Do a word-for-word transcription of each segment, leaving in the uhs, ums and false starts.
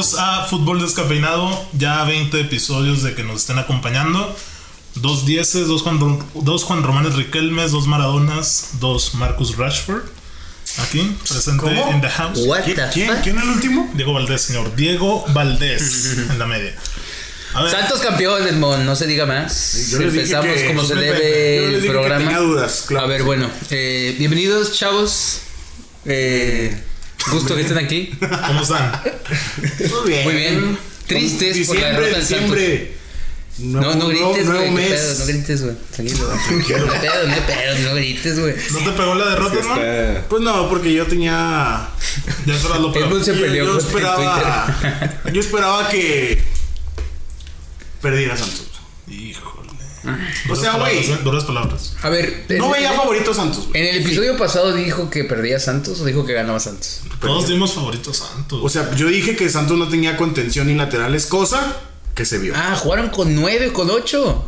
bienvenidos a Fútbol Descafeinado. Ya veinte episodios de que nos estén acompañando. Dos dieces, dos Juan, dos Juan Romanes Riquelmes, dos Maradonas, dos Marcus Rashford. Aquí, presente ¿Cómo? in the house. What ¿Quién, the ¿quién, fuck? ¿Quién es el último? Diego Valdés, señor. Diego Valdés en la media. A ver. Santos campeón, Edmond, no se diga más. Yo les dije Empezamos que- como se yo les debe dije el que programa. tenía dudas, claro. A ver, bueno, eh, bienvenidos, chavos. Eh, gusto que estén aquí. ¿Cómo están? Muy bien. Muy bien. Tristes por la derrota del Santos. diciembre. No, no grites, nuevo güey. No, mes. pedo, no grites, güey. Tranquilo, güey. No pedo, no pedo, no grites, güey. ¿No te pegó la derrota, no? Está- Pues no, porque yo tenía. Ya esperas lo peor. Edmond se yo, peleó yo con esperaba. Yo esperaba que perdiera Santos. Híjole. O Duras sea, palabras, güey. ¿eh? Duras palabras. A ver, No en- veía favorito a Santos, güey. En el episodio pasado dijo que perdía Santos o dijo que ganaba Santos. Todos dimos favoritos a Santos. O sea, yo dije que Santos no tenía contención ni laterales, cosa que se vio. Ah, jugaron con nueve, con ocho.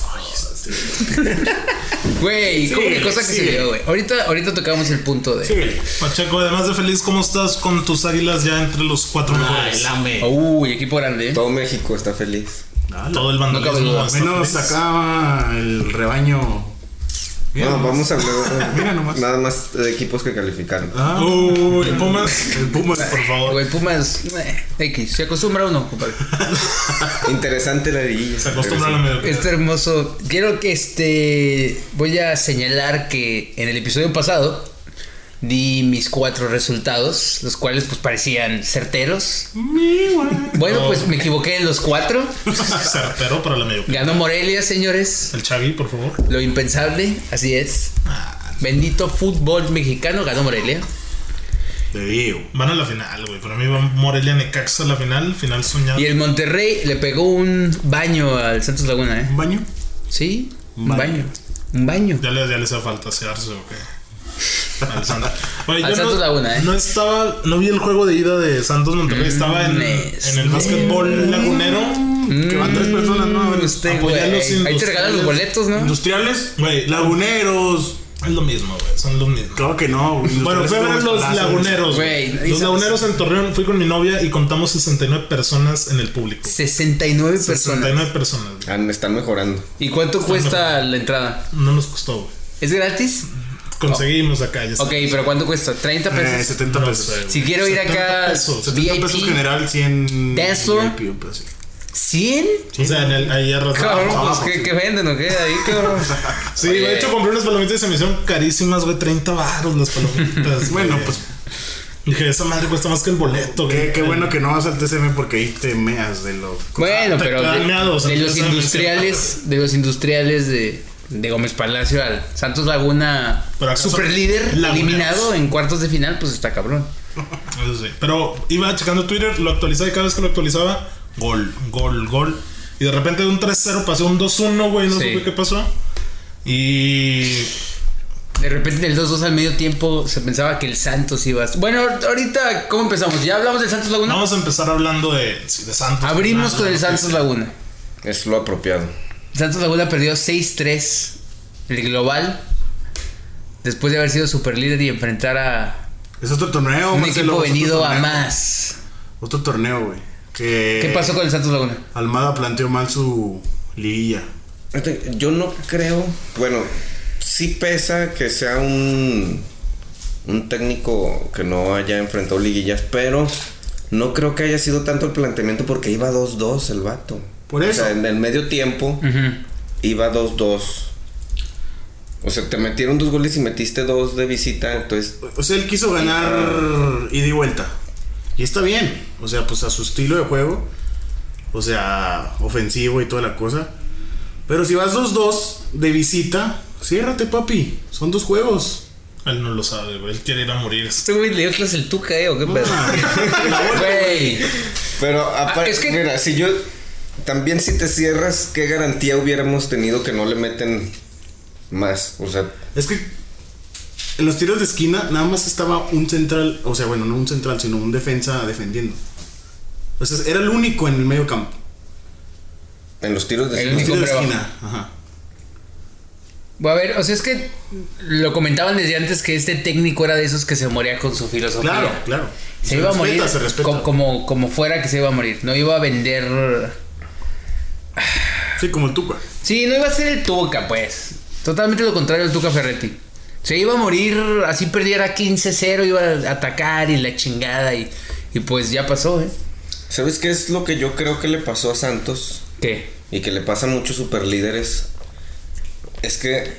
Güey, Sí, como que cosa que sí. se vio, güey. Ahorita, ahorita tocamos el punto de. Sí. Pacheco, además de feliz, ¿cómo estás con tus águilas ya entre los cuatro Ay, mejores? lame. Uy, equipo grande. ¿eh? Todo México está feliz. Todo el No cabe vandalismo. duda. está Menos feliz. acá el rebaño. Mira No, nomás. vamos a hablar Mira nomás. nada más de equipos que calificaron. Ah, Uy, Pumas. el Pumas, Por favor. Güey, Pumas, eh, X, ¿se acostumbra o no, compadre? Interesante la liguilla. Se acostumbra a la mediocridad. Este hermoso. Quiero que este. Voy a señalar que en el episodio pasado di mis cuatro resultados, los cuales pues parecían certeros. Bueno, pues me equivoqué en los cuatro. Certero para la mediocridad. Ganó Morelia, señores. El Chavi, por favor. Lo impensable, así es. Bendito fútbol mexicano, ganó Morelia. te digo. Van a la final, güey. Para mí va Morelia Necaxa a la final. Final soñada. Y el Monterrey le pegó un baño al Santos Laguna, ¿eh? ¿Un baño? Sí, un Baño. baño. Un baño. Ya le, ya le hace falta asearse o qué. Al Santos. Oye, Al yo Santos no, Laguna, ¿eh? No estaba. No vi el juego de ida de Santos Monterrey. Estaba en, Mes. en el básquetbol lagunero. Que van tres personas, ¿no? A ver, Usted, apoyar güey. los Ahí te regalan los boletos, ¿no? Industriales, Güey, laguneros. Es lo mismo, güey. Son los mismos. Claro que no. güey. Bueno, fui a ver a Industriales, los Palacios. laguneros. Güey, güey. ¿y Los sabes? laguneros en Torreón. Fui con mi novia y contamos sesenta y nueve personas en el público. sesenta y nueve sesenta y personas. nueve personas. güey. Ah, me están mejorando. ¿Y cuánto cuesta la entrada? No nos costó, güey. ¿Es gratis? Conseguimos acá. Ya está. Ok, pero ¿cuánto cuesta? ¿treinta Eh, pesos? setenta No pesos. sé, güey. Si quiero ir setenta acá, pesos. setenta pesos V I P. general, cien. Peso. V I P, un pedo así. ¿cien? O sea, en el, ahí arrastrado. Cabrón, pues ¿qué, qué venden o qué? Ahí, cabrón. Sí, Oye. de hecho compré unas palomitas y se me hicieron carísimas, güey. treinta baros las palomitas. Bueno, güey. pues Dije, esa madre cuesta más que el boleto, güey. qué, qué bueno que no vas al T C M porque ahí te meas de lo. Bueno, te pero quedan de, meados, de los entonces, industriales, de los industriales de, de Gómez Palacio al Santos Laguna, Pero acaso super líder, laguneros. eliminado en cuartos de final, pues está cabrón. Eso sí. Pero iba checando Twitter, lo actualizaba y cada vez que lo actualizaba, gol, gol, gol. Y de repente de un tres cero pasó un dos uno, güey. No Sí. sé qué pasó. Y. De repente en el dos dos al medio tiempo se pensaba que el Santos iba a... Bueno, ahorita, ¿cómo empezamos? ¿Ya hablamos del Santos Laguna? Vamos a empezar hablando de, sí, de Santos. Abrimos Ah, con el no, Santos sí. Laguna. Es lo apropiado. Santos Laguna perdió seis tres el global después de haber sido super líder y enfrentar a Es otro torneo, un Marcelo, equipo es otro venido a torneo. más. Otro torneo, güey. Que ¿Qué pasó con el Santos Laguna? Almada planteó mal su liguilla. Fíjate, yo no creo. Bueno, sí pesa que sea un. Un técnico que no haya enfrentado liguillas, pero no creo que haya sido tanto el planteamiento porque iba dos dos el vato. Por eso. O sea, en el medio tiempo Ujú. iba dos dos. O sea, te metieron dos goles y metiste dos de visita, entonces. O sea, él quiso ganar ida y vuelta. Y está bien. O sea, pues a su estilo de juego. O sea, ofensivo y toda la cosa. Pero si vas dos dos de visita, ciérrate, papi. Son dos juegos. Él no lo sabe, güey. Él quiere ir a morir. Este güey le dio clase el Tuca, ¿eh? ¿O qué pedo? Ah, Güey. Pero aparte, es que- mira, si yo. También si te cierras, ¿qué garantía hubiéramos tenido que no le meten más? O sea, Es que en los tiros de esquina nada más estaba un central. O sea, bueno, no un central, sino un defensa defendiendo. O sea, era el único en el medio campo. en los tiros de El En los único tiros de hombre esquina. Ajá. A ver, o sea, es que lo comentaban desde antes que este técnico era de esos que se moría con su filosofía. Claro, claro. Se, Se iba respeta, a morir se respeta. co- como, como fuera que se iba a morir. No iba a vender. Sí, como el Tuca. Sí, no iba a ser el Tuca, pues. Totalmente lo contrario al Tuca Ferretti. Se iba a morir, así perdiera quince cero, iba a atacar y la chingada. Y, y pues ya pasó, ¿eh? ¿Sabes qué es lo que yo creo que le pasó a Santos? ¿Qué? Y que le pasa a muchos superlíderes. Es que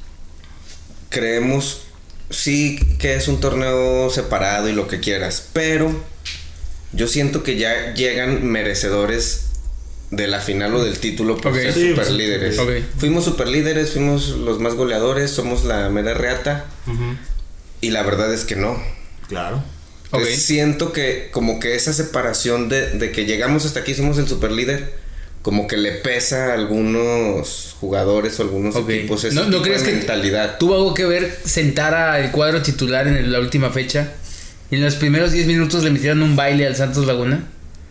creemos, sí, que es un torneo separado y lo que quieras, pero yo siento que ya llegan merecedores de la final o del título por Ok. ser Sí, superlíderes. ok. Fuimos superlíderes, fuimos los más goleadores, somos la mera reata, y la verdad es que no. Claro. Entonces, Ok. siento que como que esa separación de, de que llegamos hasta aquí, somos el superlíder, como que le pesa a algunos jugadores o algunos Ok. equipos esa ¿No, no crees que mentalidad. tuvo algo que ver sentar al cuadro titular en la última fecha y en los primeros diez minutos le metieron un baile al Santos Laguna?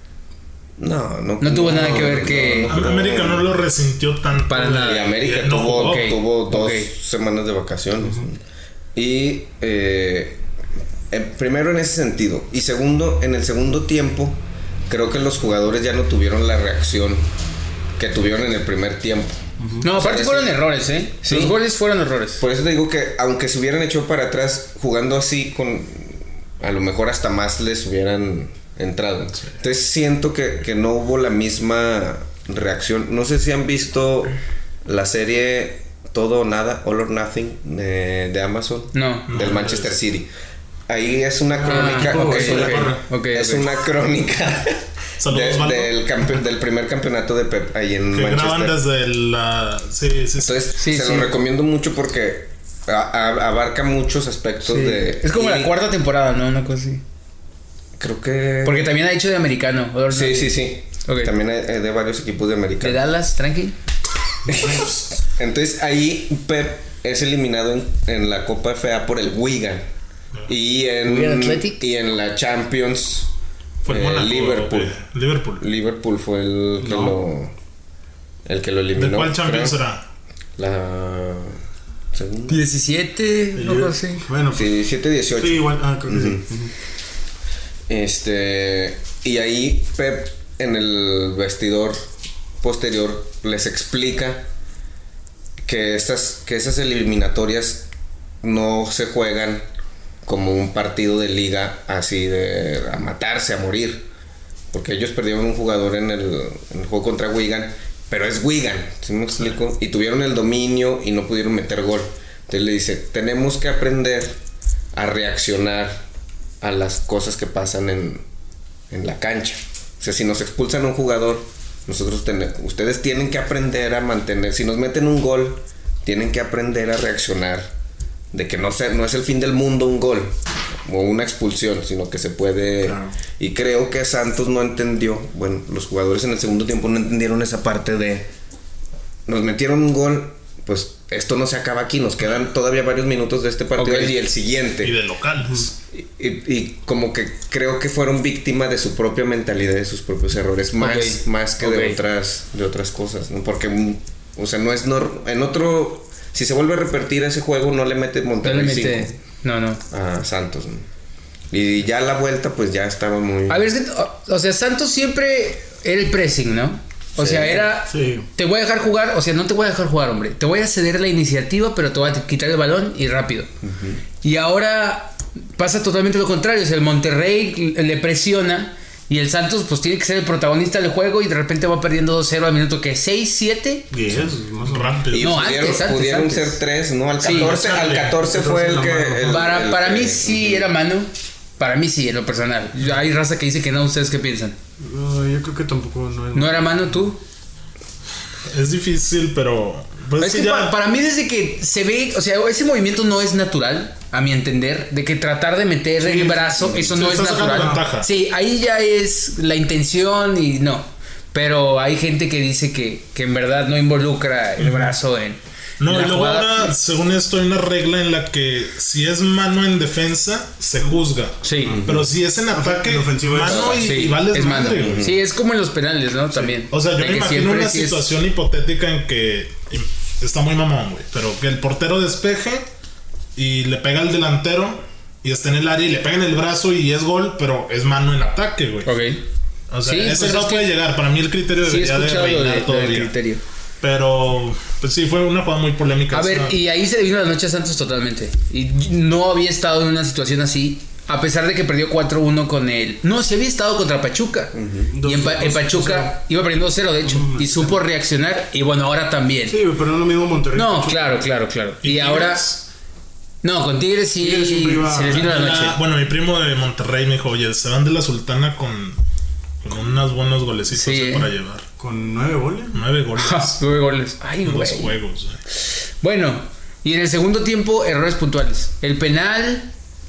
No, no. No tuvo nada que ver que- no, no, América no lo resintió tanto. Para nada. Y América No tuvo, jugó. Ok. tuvo dos Ok. semanas de vacaciones. Y eh, eh, primero en ese sentido. Y segundo, en el segundo tiempo, creo que los jugadores ya no tuvieron la reacción que tuvieron en el primer tiempo. No, O sea, aparte es- fueron errores, ¿eh? Sí. Los goles fueron errores. Por eso te digo que aunque se hubieran hecho para atrás jugando así, con a lo mejor hasta más les hubieran entrado. Entonces siento que, que no hubo la misma reacción. No sé si han visto la serie Todo o Nada, All or Nothing de, de Amazon, No. del No, Manchester es- City. Ahí es una crónica, Ah, ok, es, una, ok, ok, es ok. una crónica Saludos, de- Marco. del, campe- del primer campeonato de Pep ahí en Que graban Manchester. desde la. Sí, sí, sí. Entonces Sí, se sí. lo recomiendo mucho porque a- a- abarca muchos aspectos Sí. de... Es como y la cuarta temporada, ¿no? Una cosa así. Creo que... Porque también ha hecho de americano. ¿o no? Sí, sí, sí. Ok. También hay, hay de varios equipos de De América. Dallas, tranqui. Entonces ahí Pep es eliminado en, en la Copa F A por el Wigan. Y en, Wigan Athletic. y en la Champions Fue el eh, Mónaco, Liverpool. eh, Liverpool. Liverpool fue el que No. lo el que lo eliminó. ¿De cuál Champions creo. será? La segunda. diecisiete, algo así. Bueno, pues, Sí, diecisiete dieciocho. sí, igual. Ah, creo que sí. Este, y ahí Pep en el vestidor posterior les explica que estas que esas eliminatorias no se juegan como un partido de liga así de a matarse, a morir, porque ellos perdieron un jugador en el, en el juego contra Wigan, pero es Wigan, ¿sí me explico? Y tuvieron el dominio y no pudieron meter gol. Entonces le dice, tenemos que aprender a reaccionar a las cosas que pasan en, en la cancha. O sea, si nos expulsan a un jugador, nosotros ten- ustedes tienen que aprender a mantener, si nos meten un gol, tienen que aprender a reaccionar, de que no, se, no es el fin del mundo un gol o una expulsión, sino que se puede. Claro. Y creo que Santos no entendió, bueno, los jugadores en el segundo tiempo no entendieron esa parte de, nos metieron un gol, pues esto no se acaba aquí, nos quedan todavía varios minutos de este partido Ok. y el siguiente. Y de locales. Y, y como que creo que fueron víctimas de su propia mentalidad, de sus propios errores, más, Ok. más que de Ok. otras de otras cosas, ¿no? Porque, mm, o sea, no es nor- en otro, si se vuelve a repetir ese juego, no le mete No le Monterrey mete. cinco No, no. a Santos, ¿no? Y ya la vuelta, pues ya estaba muy... A ver, es que, o, o sea, Santos siempre era el pressing, ¿no? O Sí. sea, era. Sí. Te voy a dejar jugar, o sea, no te voy a dejar jugar, hombre. Te voy a ceder la iniciativa, pero te voy a quitar el balón y rápido. Y ahora pasa totalmente lo contrario. O sea, el Monterrey le presiona y el Santos, pues tiene que ser el protagonista del juego y de repente va perdiendo dos cero al minuto que seis, siete. diez, más o menos. Rápido. Y No, pudieron, antes, antes, pudieron antes. ser tres, ¿no? Al Sí. catorce, al catorce fue el que... el- Para, el para que- mí sí era mano. Para mí sí, en lo personal. Hay raza que dice que no. ¿Ustedes qué piensan? No, yo creo que tampoco no es. ¿No era mano tú? Es difícil, pero. Pues Es es que que ya. pa- para mí desde que se ve, o sea, ese movimiento no es natural, a mi entender, de que tratar de meter Sí, el brazo, eso sí, no es está sacando natural. ventaja. Sí, ahí ya es la intención y no. Pero hay gente que dice que, que en verdad no involucra el brazo en, No, en y la luego jugada. ahora, según esto, hay una regla en la que si es mano en defensa, se juzga. Sí. Pero si es en ataque, en ofensiva es- mano y, Sí, y vales es mano. madre, güey. Sí, es como en los penales, ¿no? También. O sea, yo De me que imagino siempre una sí es- situación hipotética en que im- está muy mamón, güey. Pero que el portero despeje y le pega al delantero y está en el área y le pega en el brazo y es gol, pero es mano en ataque, güey. Ok. O sea, Sí, ese pues no es puede que- llegar. Para mí el criterio Sí, he debería de escuchado lo, reinar de, lo todavía. del criterio. Pero, pues sí, fue una jugada muy polémica. A ver, esa. y ahí se le vino la noche a Santos totalmente. Y no había estado en una situación así. A pesar de que perdió cuatro uno con él. No, sí había estado contra Pachuca. Y en, Pa- en Pachuca iba perdiendo dos cero, de hecho. Y supo reaccionar. Y bueno, ahora también. Sí, pero no es lo mismo Monterrey. No, Pachuca. claro, claro, claro. Y, ¿Y ahora. Tigres? No, con Tigres sí Tigres siempre iba- se les vino la noche. Ah, bueno, mi primo de Monterrey me dijo, oye, se van de la Sultana con, con unos buenos golecitos Sí, eh, eh. para llevar. Con nueve goles. Nueve goles. Nueve goles. Ay, en güey. dos juegos. güey. Bueno, y en el segundo tiempo, errores puntuales. El penal,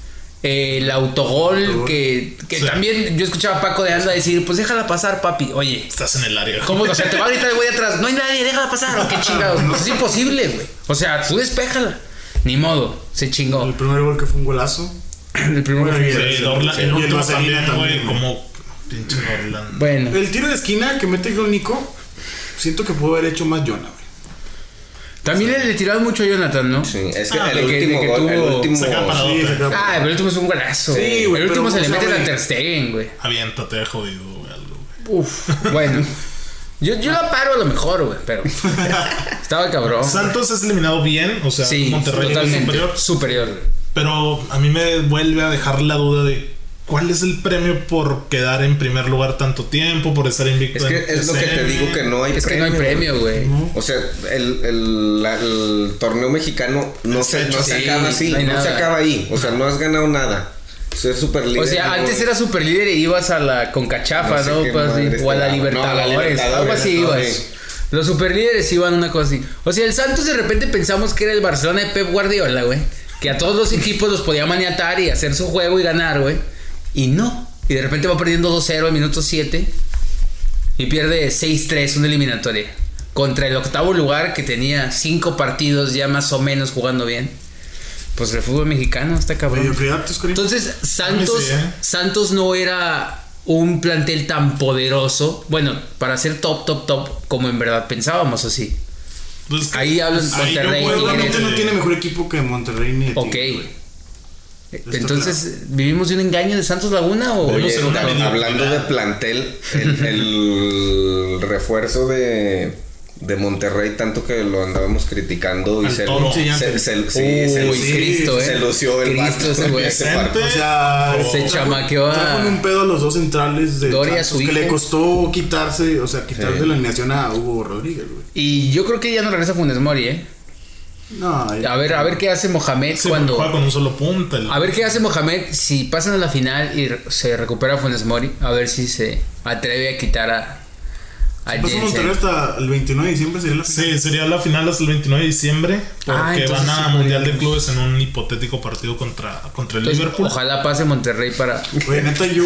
eh, el autogol, Autogol. que, que Sí. también yo escuchaba a Paco de Anda decir, pues déjala pasar, papi. Oye, Estás en el área. ¿cómo? O sea, te va a gritar el güey atrás, no hay nadie, déjala pasar. ¿O qué chingados? Pues es imposible, güey. O sea, tú despéjala. Ni modo, se chingó. El primer gol que fue un golazo. El primero Bueno, fue- y el- Sí, Dorlan, Sí, el y el último Vaselina también, güey, también. como pinche Dorlan. Bueno, El tiro de esquina que mete el gol Nico, siento que pudo haber hecho más Jonah, güey. también le, le tiraron mucho a Jonathan, ¿no? Sí, es que Ah, el de que- último de que gol, el tuvo- último. Saca para- Sí, se acaba- Ah, pero el último es un golazo. Sí, güey, el último pero, se le o sea, mete a güey. Ter Stegen, güey. Aviéntate, jodido, güey, algo, güey. Uf, bueno. Yo, yo la paro a lo mejor, güey, pero estaba cabrón. Santos es eliminado bien, o sea, Sí, Monterrey es totalmente. superior. Superior. Pero a mí me vuelve a dejar la duda de cuál es el premio por quedar en primer lugar tanto tiempo, por estar invicto. Es que en es lo que te T C M. digo que no hay Es que no premio. hay premio, güey. O sea, el, el, la- el torneo mexicano no se, no se Sí, acaba así, no hay no, se nada. acaba ahí. O sea, no has ganado nada. Ser super líder. O sea, no- antes era super líder y ibas a la Concachafa, No sé ¿no? qué Pues, madre sí, o a la estaba. No, a la Libertadores. Libertadores, Algo así ibas. sí. Los super líderes iban una cosa así. O sea, el Santos de repente pensamos que era el Barcelona de Pep Guardiola, güey. Que a todos los equipos los podía maniatar y hacer su juego y ganar, güey. Y no. Y de repente va perdiendo dos cero al minuto siete. Y pierde seis tres una eliminatoria. Contra el octavo lugar que tenía cinco partidos ya más o menos jugando bien. Pues el fútbol mexicano está cabrón. Mediocridad, tus cariños. Entonces, Santos, Sí, ¿eh? Santos no era un plantel tan poderoso, bueno, para ser top, top, top, como en verdad pensábamos, así. Pues, Ahí hablan ahí yo Monterrey, puedo- Tigres. Realmente no tiene mejor equipo que Monterrey ni Ok. Tigres, güey. Entonces, ¿vivimos de un engaño de Santos Laguna o Oye, Debemos ser una hab- mediocridad. hablando de plantel, el, el refuerzo de, de Monterrey, tanto que lo andábamos criticando y Al se, Toro. se, se, se- sí, se- Uy, sí, Cristo, se eh. lució el Cristo vato ese en güey. ese Vicente. partido. O sea, Se trajo- chamaqueó a- trajo en un pedo a los dos centrales de Doria, Santos, su que hijo. le costó quitarse, o sea, quitar Sí. de la alineación a Hugo Rodríguez, güey. Y yo creo que ya no regresa Funes Mori, ¿eh? No, ahí- A ver, a ver qué hace Mohamed sí, cuando... juega con un solo punta. el- A ver qué hace Mohamed si pasan a la final y re- se recupera Funes Mori. A ver si se atreve a quitar a, a Pasa Jensen. Monterrey hasta el veintinueve de diciembre sería la final. Sí, sería la final hasta el veintinueve de diciembre. Porque Ah, entonces van a sí, Mundial de podríamos. Clubes en un hipotético partido contra, contra el Entonces, Liverpool. ojalá pase Monterrey para... Güey, neta, yo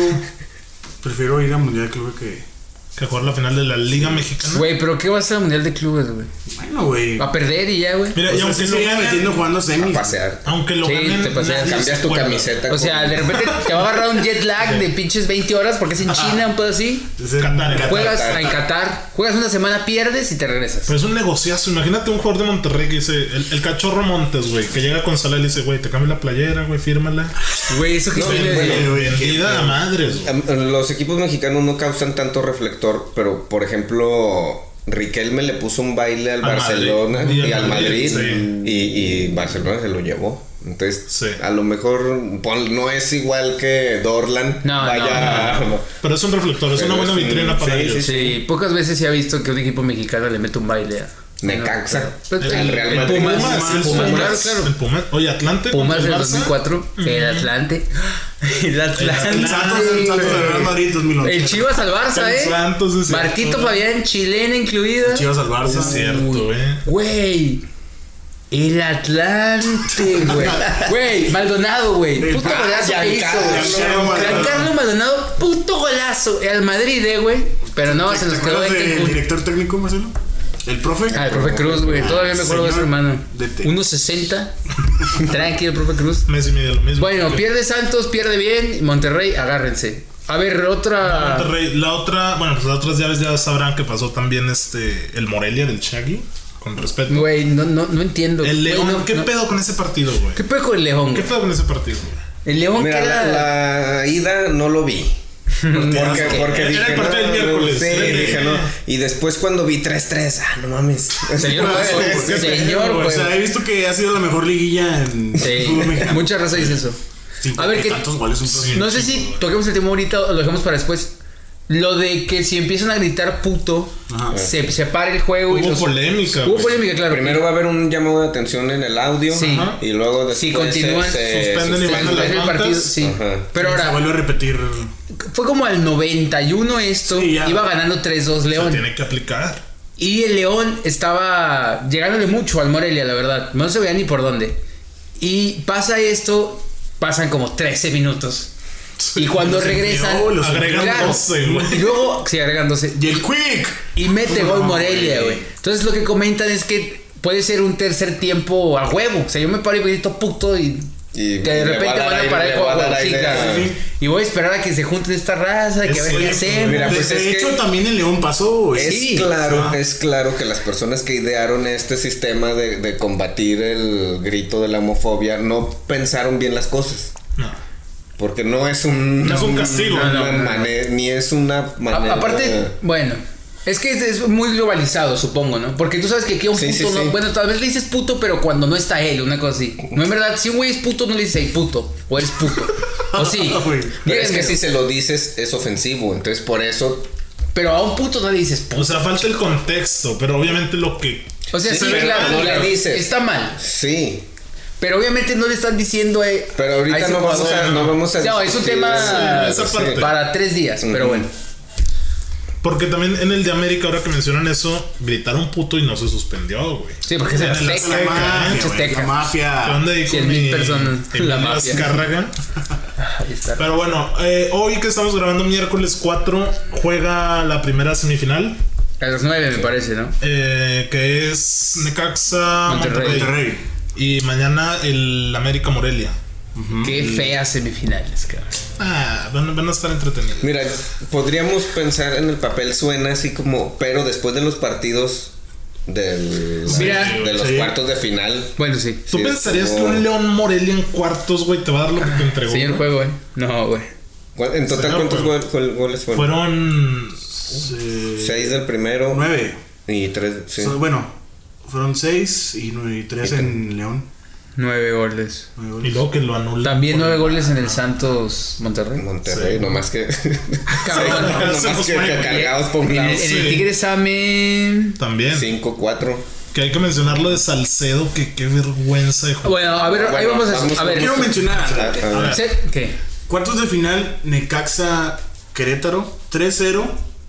prefiero ir a Mundial de Club que. Que jugar la final de la Liga Mexicana. Güey, pero ¿qué va a ser el Mundial de Clubes, güey? Bueno, güey. Va a perder y ya, güey. Mira, O y sea, aunque sí lo se iba ganen, metiendo jugando A semis. pasear. aunque lo Sí, ganen, te paseas. nadie Cambias se tu acuerda. camiseta. O sea, de repente te va a agarrar un jet lag de pinches veinte horas porque es en China, un pedo así. Es en Qatar, Qatar. Juegas Qatar. en Qatar, juegas una semana, pierdes y te regresas. Pero es un negociazo. Imagínate un jugador de Monterrey que dice, el, el cachorro Montes, güey, que llega con Salah y le dice, güey, te cambio la playera, güey, fírmala. Güey, eso que No, viene bueno, de... güey, qué Vendida a pedo. madres, güey. Am- Los equipos mexicanos no causan tanto reflector, pero por ejemplo, Riquelme le puso un baile al, Al Barcelona Madrid. y, Y al al Madrid, Madrid, y, y Barcelona se lo llevó. Entonces, Sí. a lo mejor pon- no es igual que Dorlan. No, vaya. no, Pero es un reflector, es Pero una buena es un- vitrina para sí, ellos. sí, Sí, pocas veces se ha visto que un equipo mexicano le mete un baile a... Necaxa. Pero- El, Al el, Real el Madrid. Pumas, Pumas, el Pumas, Pumas, claro, claro. el Pumas. Oye, Atlante. Pumas contra del el dos mil Barça. cuatro, el Atlante. El Atlante. El Santos, el Santos de Real Madrid dos mil once. El Chivas al Barça, El eh. Santos, es cierto. Marquito Fabián, chilena incluida. Chivas al Barça. Es cierto, eh. Güey. El Atlante, güey. Güey, Maldonado, güey. El Puto Barça, golazo que hizo, Giancarlo güey. Giancarlo Maldonado, puto golazo. Al Madrid, eh, güey. Pero no, se ¿Te nos quedó acuerdas en del Cancún. director técnico, Marcelo? ¿El profe? Ah, el profe Cruz, güey. Todavía me acuerdo de ese Señor hermano. de T. uno sesenta. Tranquilo, profe Cruz. Messi mide lo mismo. Bueno, pierde Santos, pierde bien. Monterrey, agárrense. A ver, otra. Monterrey, la otra, bueno, pues las otras llaves ya sabrán que pasó también este el Morelia del Chagui. Con respeto. Güey, no, no, no entiendo. El León, Güey, no, ¿qué no. pedo con ese partido, güey? ¿Qué pedo con el León? ¿Qué güey? pedo con ese partido, güey? El León Mira, queda... la, la ida no lo vi. Porque, porque Era dije, el partido no, del miércoles. sí, Era el- dije, no. Y después cuando vi tres tres, ah, no mames. Señor Pues, juego, es que- señor O juego. sea, he visto que ha sido la mejor liguilla en Sí, el fútbol mexicano. mucha raza dice eso. Cinco A ver, y ¿qué- tantos goles un Sí. No sé si toquemos el tema ahorita o lo dejamos para después. Lo de que si empiezan a gritar puto, Ajá. se, se para el juego y Hubo los- polémica, Hubo güey. polémica, claro. Primero va a haber un llamado de atención en el audio. Sí. Ajá. Y luego después Si continúan, se, suspenden y se bajan suspende las el partido, mantas. sí. Ajá. Pero Se ahora, vuelve a repetir. fue como al noventa y uno esto, Sí, ya. iba ganando tres dos Se León. tiene que aplicar. Y el León estaba llegándole mucho al Morelia, la verdad. No se veía ni por dónde. Y pasa esto, pasan como trece minutos. Y cuando Los regresan, envió, los Agregan claro, doce, güey. y luego, sí, agregan doce. Y el Quick. Y mete gol No, Morelia, güey. güey. Entonces lo que comentan es que puede ser un tercer tiempo a huevo. O sea, yo me paro y grito puto y Y que de le repente va a dar van a aire, parar le el va a juego. dar Sí, aire. claro. Sí. Y voy a esperar a que se junten esta raza, que Es a ver qué cierto, hacemos. Mira, De, pues de es hecho, que- también el León pasó, güey. Es Sí. claro, Ajá. es claro que las personas que idearon este sistema de, de combatir el grito de la homofobia no pensaron bien las cosas. No. Porque no es un, No es un castigo. una No, no, no. mane- ni es una A- manera. aparte, bueno, es que es, es muy globalizado, supongo, ¿no? Porque tú sabes que aquí a un Sí, puto sí, no. sí. Bueno, tal vez le dices puto, pero cuando no está él, una cosa así. No, en verdad, si un güey es puto, no le dices, hey, puto. O eres puto. O sí. Güey. Pero es que Díganmelo. si se lo dices es ofensivo, entonces por eso. Pero a un puto no le dices puto. O sea, falta el contexto, pero obviamente lo que. O sea, Sí, sí, pero claro, no le claro, dices. está mal. Sí. Pero obviamente no le están diciendo. Eh, Pero ahorita a ese no vamos jugador, a, no vamos a No, es un discutir tema esa sí. parte. para tres días, pero Ujú. bueno. Porque también en el de América, ahora que mencionan eso, gritaron puto y no se suspendió, güey. Sí, porque es el En el Azteca. Azteca, La pinche mafia, güey, Azteca. la mafia. ¿Qué onda ahí Cien con mil mi personas. Emilio La mafia. Azcárraga? Ahí está. Pero bueno, eh, hoy que estamos grabando miércoles cuatro, juega la primera semifinal, A las nueve me parece, ¿no? eh, que es Necaxa Monterrey. Monterrey. Monterrey. Y mañana el América Morelia. Qué feas semifinales, cabrón. Ah, van, van a estar entretenidos. Mira, podríamos pensar en el papel, suena así como, pero después de los partidos del, Mira, de los sí. cuartos de final. Bueno, sí. ¿Tú sí, pensarías es que como- un León Morelia en cuartos, güey, te va a dar lo que te entregó? Señor juego, eh. No, güey. ¿Cuál- En total, Sí, ¿cuántos pero- gol- gol- goles fueron? Fueron Sí. Seis del primero. Nueve. Y tres, sí. Son- bueno, fueron seis y, nueve, y tres Y en León. Nueve goles. Nueve y goles. luego que lo anulan. También por- nueve goles en el Santos Monterrey. Monterrey, Sí. nomás que. Cabrón. nomás Se nos que, fue. que cargados por En un el, lado. en el Sí. Tigre Same. También. cinco cuatro. Que hay que mencionar lo de Salcedo, que qué vergüenza de juego. Bueno, a ver, ahí Bueno, vamos a. vamos- a ver, Quiero mencionar. A- a ver. ¿se- ¿qué? Cuartos de final, Necaxa Querétaro, tres cero.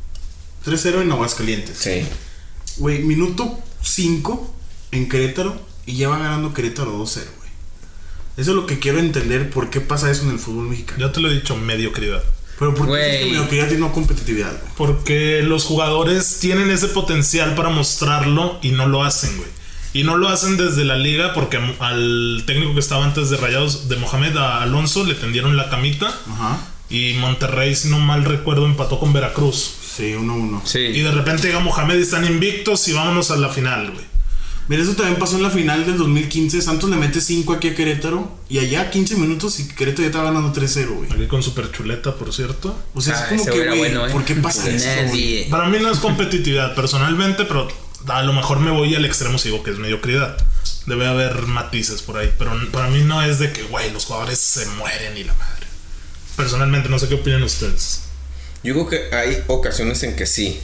tres cero en Aguascalientes. Sí. Güey, minuto cinco en Querétaro y ya van ganando Querétaro dos cero, güey. Eso es lo que quiero entender, por qué pasa eso en el fútbol mexicano. Yo te lo he dicho, mediocridad. Pero por qué Güey. es que mediocridad y no competitividad, güey. Porque los jugadores tienen ese potencial para mostrarlo y no lo hacen, güey. Y no lo hacen desde la liga porque al técnico que estaba antes de Rayados, de Mohamed, a Alonso, le tendieron la camita. Ajá. Y Monterrey, si no mal recuerdo, empató con Veracruz. Sí, uno uno. Y Sí. de repente llega Mohamed y están invictos y vámonos a la final, güey. Mira, eso también pasó en la final del dos mil quince. Santos le mete cinco aquí a Querétaro. Y allá quince minutos y Querétaro ya estaba ganando tres cero, güey. Aquí con super chuleta, por cierto. O sea, Ah, es como ese que, era güey, bueno, ¿eh? ¿por qué pasa esto, güey? Nadie. Para mí no es competitividad personalmente, pero a lo mejor me voy al extremo si digo que es mediocridad. Debe haber matices por ahí. Pero para mí no es de que, güey, los jugadores se mueren y la madre. Personalmente, no sé qué opinan ustedes. Yo creo que hay ocasiones en que sí.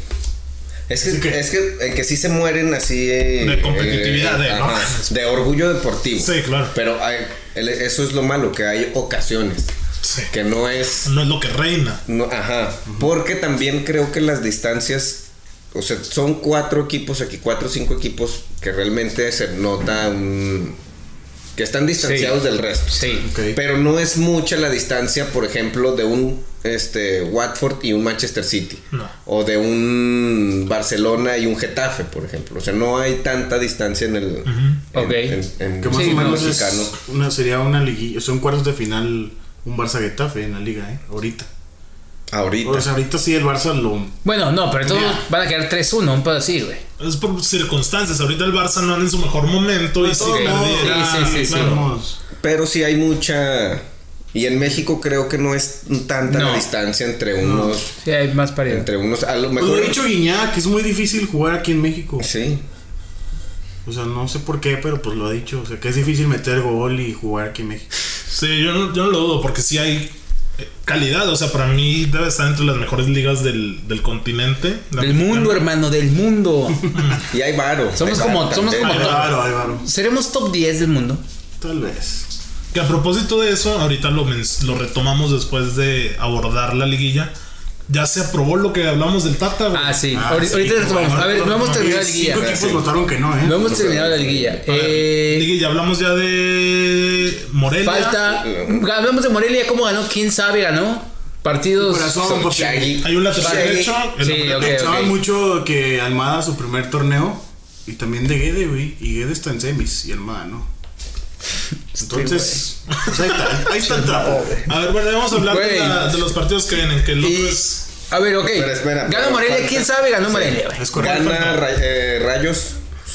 Es que, Así que- es que en que sí se mueren así. eh, De competitividad, eh, de, ¿no? ajá, de orgullo deportivo. Sí, claro. Pero hay- el- eso es lo malo, que hay ocasiones. Sí. Que no es. No es lo que reina. No, ajá. Porque también creo que las distancias. O sea, son cuatro equipos aquí, cuatro o cinco equipos que realmente se nota un. Que están distanciados Sí. del resto. Sí. Ok. Pero no es mucha la distancia, por ejemplo, de un este, Watford y un Manchester City. No. O de un Barcelona y un Getafe, por ejemplo. O sea, no hay tanta distancia en el. en- Ok. en- en Que más Sí, o menos no, es mexicano. una, sería una liguilla. Son cuartos de final, un Barça Getafe en la liga, ¿eh? Ahorita. Ahorita. O sea, ahorita sí el Barça lo... Bueno, no, pero todos Mira. van a quedar tres uno, un pedo así, güey. Es por circunstancias. Ahorita el Barça no anda en su mejor momento. Y De si todos modos, perdiera, sí, sí, sí, sí. claro. Vamos. Pero sí hay mucha. Y en México creo que no es tanta No. la distancia entre unos. Sí, hay más paridad. Entre unos. A lo Pues mejor. lo ha dicho Guiñac, que es muy difícil jugar aquí en México. Sí. O sea, no sé por qué, pero pues lo ha dicho. O sea, que es difícil meter gol y jugar aquí en México. Sí, yo no, yo no lo dudo porque sí hay eh, calidad. O sea, para mí debe estar entre las mejores ligas del, del continente. La Del mexicana. mundo, hermano, del mundo. Y hay varo. Somos hay como- varo somos también. como Hay todo. varo, hay varo. ¿Seremos top diez del mundo? Tal vez. Que a propósito de eso, ahorita lo, men- lo retomamos después de abordar la liguilla. Ya se aprobó lo que hablamos del Tata, güey. Ah, sí. Ah, Ahorita, sí, ahorita pues, retomamos. bueno, A ver, no hemos terminado la liguilla. Cinco equipos Sí. votaron que no, ¿eh? No hemos terminado la liguilla. A ver, Eh, liguilla, hablamos ya de Morelia. falta. Hablamos de Morelia, ¿cómo ganó? ¿Quién sabe? Ganó. Partidos. Corazón, Son porque Shaggy. Hay un lateral Shaggy. derecho. el Sí, hombre- ok, echaban ok. mucho que Almada su primer torneo y también de Guede, güey. Y Guede está en semis y Almada no. Entonces, pues ahí está, ahí está el trapo. A ver, bueno, vamos a hablar de, Güey. la- de los partidos que vienen. Que el otro Y- es. A ver, ok. Espera, espera, Ganó pero Morelia, falta- ¿quién sabe? Ganó Morelia, güey. Es correcto. Gana Ra- eh, Rayos.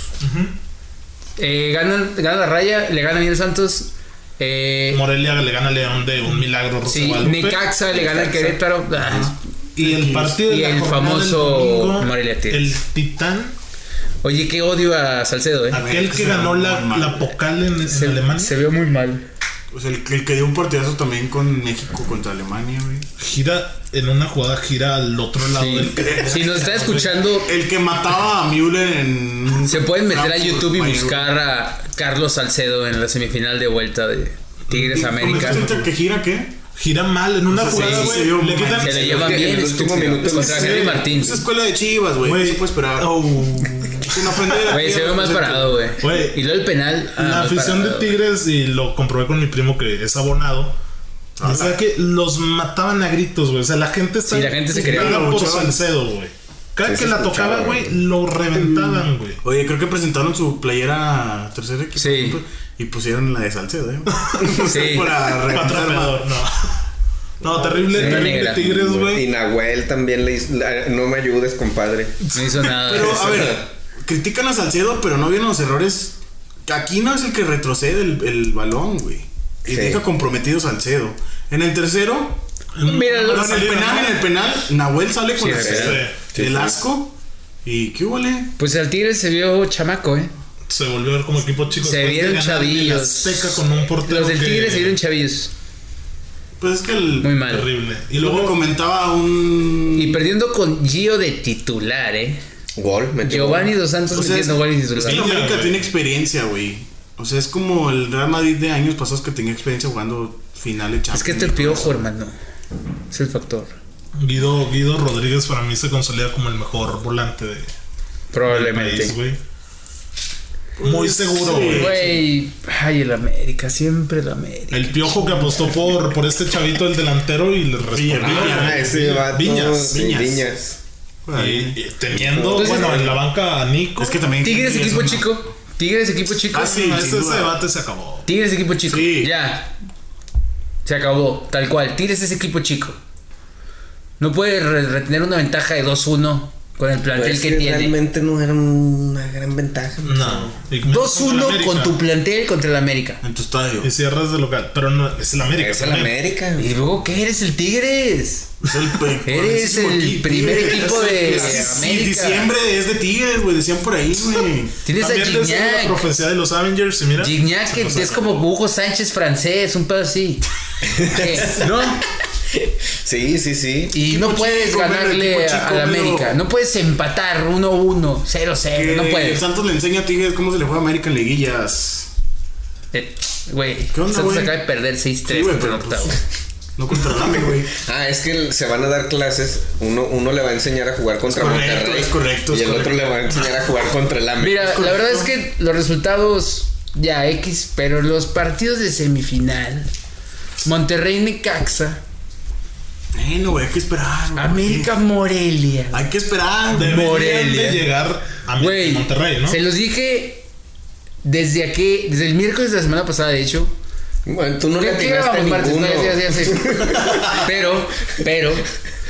Eh, gana, gana la raya, le gana Miguel Santos. Eh, Morelia le gana a León de un milagro. Rosa sí, Guadalupe. Necaxa le gana al Querétaro. Ah, Y el partido de Y la el jornada famoso del domingo, Morelia Tigres. el Titán, Oye, qué odio a Salcedo, eh. aquel que se ganó ve la, muy mal, la güey. Pocal en, en Se, Alemania. se vio muy mal. Pues el, el que dio un partidazo también con México contra Alemania, güey. Gira en una jugada, gira al otro lado Sí. del. Si nos está escuchando, El que mataba a Müller en. se pueden meter a Frankfurt, YouTube y Bayern. buscar a Carlos Salcedo en la semifinal de vuelta de Tigres América. ¿Comentaste que gira qué? Gira mal en una O sea, jugada, sí, güey. se vio le muy quitan. mal. Se le Sí, llevan en bien el último estúpido. minuto Contra Sí, Henry Martín. Es escuela de Chivas, güey. No Güey, se puede esperar. oh. Sin ofender a Güey, se ve Chivas, más pues, parado, güey. Güey, Y luego el penal. ah, La más afición parado, de Tigres, y lo comprobé con mi primo que es abonado. Ah, O sea que los mataban a gritos, güey. O sea, la gente está Sí, la gente se quería- indignada por Luchaban. Salcedo, güey. Cada Sí, que se la escuchaba, tocaba, güey, güey. lo reventaban, güey. Oye, creo que presentaron su playera tercer equipo. Sí. Y pusieron la de Salcedo, ¿eh? Sí. Para reventar Patrocinador, no. No, terrible, Sí, terrible negra. Tigres, Y güey. Nahuel también le hizo. la- No me ayudes, compadre. No hizo nada. Pero, a ver, critican a Salcedo, pero no vieron los errores. Aquí no es el que retrocede el, el balón, güey. Y Sí. deja comprometido Salcedo. En el tercero, Mira, no, los- en el penal, en el penal, Nahuel sale con Sí, la sí, de sí, el sí. asco. ¿Y qué hubo, le? pues el Tigres se vio chamaco, eh. Se volvió a ver como equipo chico. Se después de vieron ganar en chavillos. Azteca con un portero Los del que- Tigres se vieron chavillos. Pues es que el. Muy mal. Terrible. Y Y luego luego comentaba un. Y perdiendo con Gio de titular, eh. Gol, metió Giovanni gol. Dos Santos O sea, metiendo es- gol y Es que titular. el América güey. tiene experiencia, güey. O sea, es como el Real Madrid de años pasados que tenía experiencia jugando finales Champions. Es que este y todo piojo, eso. hermano. Es el factor. Guido, Guido Rodríguez para mí se consolida como el mejor volante de, del Probablemente. país, güey. Muy seguro, sí. güey. Güey, ay, el América, siempre el América. El piojo que apostó por, por este chavito, el delantero, y le respondió. Viña, Ah, ese vato. Viñas. Viñas. Viñas. Y, y teniendo, Entonces, bueno, en la banca a Nico. Es que también. Tigres es equipo una- chico. Tigres equipo chico. Ah, sí. No, sin ese, ese duda. debate se acabó. Tigres equipo chico. Sí. Ya. Se acabó. Tal cual. Tigres es equipo chico. No puede re- retener una ventaja de dos uno con el plantel Pues que que tiene. realmente no era una gran ventaja. No. Y menos dos uno contra el con América. tu plantel contra el América. En tu estadio. Y cierras de local. Pero no, es el América. Es el también. América. ¿Y luego qué eres el Tigres? Es el pe- Eres poderosísimo el equi- primer Tigres. equipo de Es- es- sí, América. diciembre es de Tigres, güey. Decían por ahí, güey. Tienes a También decía la Gignac. profecía de los Avengers. Y mira. Gignac se que nos es acabó. como Hugo Sánchez francés, un pedo así. ¿Qué? ¿No? Sí, sí, sí. Y Equipo no puedes chico, pero ganarle equipo a- chico, a la pero- América. No puedes empatar uno uno, cero cero. Que No el puedes. Santos le enseña a Tigres cómo se le juega a América en liguillas. Eh, Güey, ¿Qué onda, Santos güey? acaba de perder seis tres Sí, güey, contra el pero octavo. pues, no contra el Ame, güey. Ah, es que se van a dar clases. Uno, uno le va a enseñar a jugar contra Es correcto, Monterrey. es correcto, es Y el correcto. otro le va a enseñar a jugar contra el América. Mira, la verdad es que los resultados ya X, pero los partidos de semifinal, Monterrey Necaxa, Bueno, güey, hay que esperar, güey. América Morelia. Hay que esperar, güey. Deberían Morelia. de llegar a Güey, Monterrey, ¿no? se los dije desde aquí, desde el miércoles de la semana pasada, de hecho. Bueno, tú no le ¿Qué- qué atinaste a grabamos martes? ninguno. No, ya sé, ya sé. Pero, pero,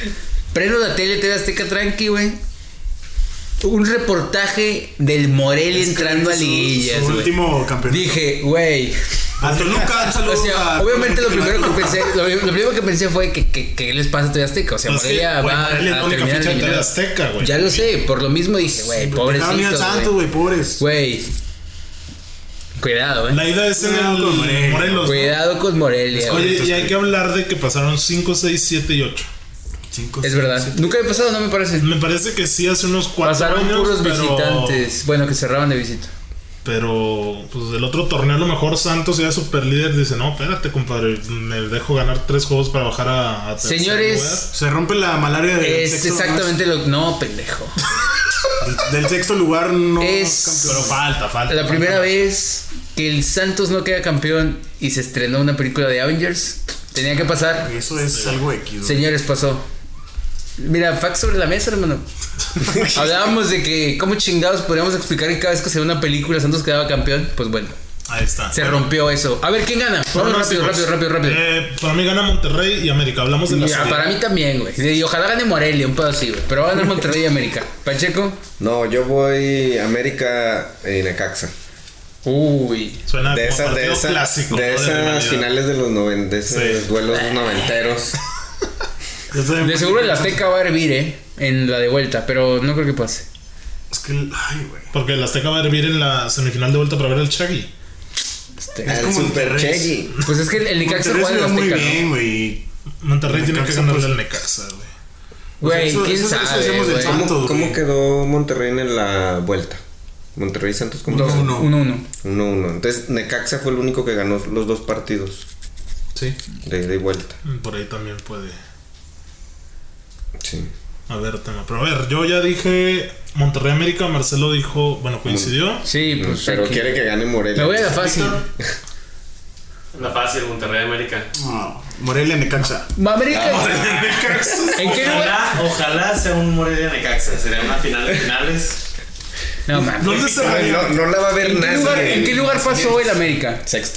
Prendo la tele, T V Azteca tranqui, güey. Un reportaje del Morelia entrando a liguillas, Su güey. último campeón. Dije, güey. A Toluca, un saludo O sea, a- obviamente lo primero que pensé, lo, lo primero que pensé fue que, que, que les pasa a T V Azteca. O sea, Pues es que, Morelia güey, va Morelia es a la única terminar ficha de T V eliminado. Azteca, güey. Ya lo sé, por lo mismo dije, güey, Dejaron ir al pobrecito. Santos, güey, pobres. Güey. Cuidado, eh. La ida es en Cuidado el con Morelia. Morelos. ¿no? Cuidado con Morelia, güey. Oye, y hay que hablar de que pasaron cinco, seis, siete y ocho. Cinco, Es seis, verdad. siete. Nunca había pasado, no me parece. Me parece que sí hace unos cuatro Pasaron años. puros pero, visitantes. Bueno, que cerraban de visita. Pero, pues el otro torneo, a lo mejor Santos ya super líder dice: no, espérate, compadre, me dejo ganar tres juegos para bajar a, a tercer Señores, lugar". Se rompe la malaria del Es sexto exactamente lo. No, pendejo. más. Del sexto lugar no Es- campeón. Pero falta, falta. La primera falta. vez que el Santos no queda campeón y se estrenó una película de Avengers, tenía que pasar. Eso es algo X, güey. Señores, pasó. Mira, fax sobre la mesa, hermano. Hablábamos de que cómo chingados podríamos explicar que cada vez que se ve una película Santos quedaba campeón. Pues bueno, Ahí está. se rompió eso. A ver, ¿quién gana? Vamos rápido, Pronósticos. rápido, rápido, rápido. Eh, para mí gana Monterrey y América. Hablamos de la Ya, serie. para mí también, güey. Y ojalá gane Morelia, un pedo así, güey. Pero va a ganar Monterrey y América. Pacheco. No, yo voy América y Necaxa. Uy. Suena De como esas, de partido esas, clásico. de ¿no? esas rivalidad. finales de los noven, de esos Sí. duelos noventeros. Yo estoy- De seguro el Azteca va a hervir, eh. En la de vuelta, pero no creo que pase. Es que, el- ay, güey. Porque el Azteca va a hervir en la semifinal de vuelta para ver al Chagui. Este, Es El como Super Monterrey. Chegui. Pues es que el, el Necaxa Monterrey juega en se el ve muy Azteca, bien, ¿no? güey. Monterrey tiene que Necaxa, ganarle pues- al Necaxa, güey. Güey, Eso- quién eso- eso sabe, decíamos del güey. Santos. ¿Cómo, cómo güey. quedó Monterrey en la vuelta? Monterrey Santos, ¿cómo Dos, quedó? uno. uno, uno. uno uno. Entonces Necaxa fue el único que ganó los dos partidos Sí. de ida y vuelta. Por ahí también puede Sí. haber tema. Pero a ver, yo ya dije Monterrey América. Marcelo dijo, bueno, coincidió. Sí, pues. Pero hay que- quiere que gane Morelia. Me voy a la fácil. La fácil, Monterrey América. No, Morelia Necaxa. América. ¿En qué lugar? Ojalá, ojalá sea un Morelia Necaxa. Sería una final de finales. No mames. ¿Dónde se Ay, no, no la va a ver ¿En qué, nadie. lugar, ¿En qué lugar pasó el América? Sexto.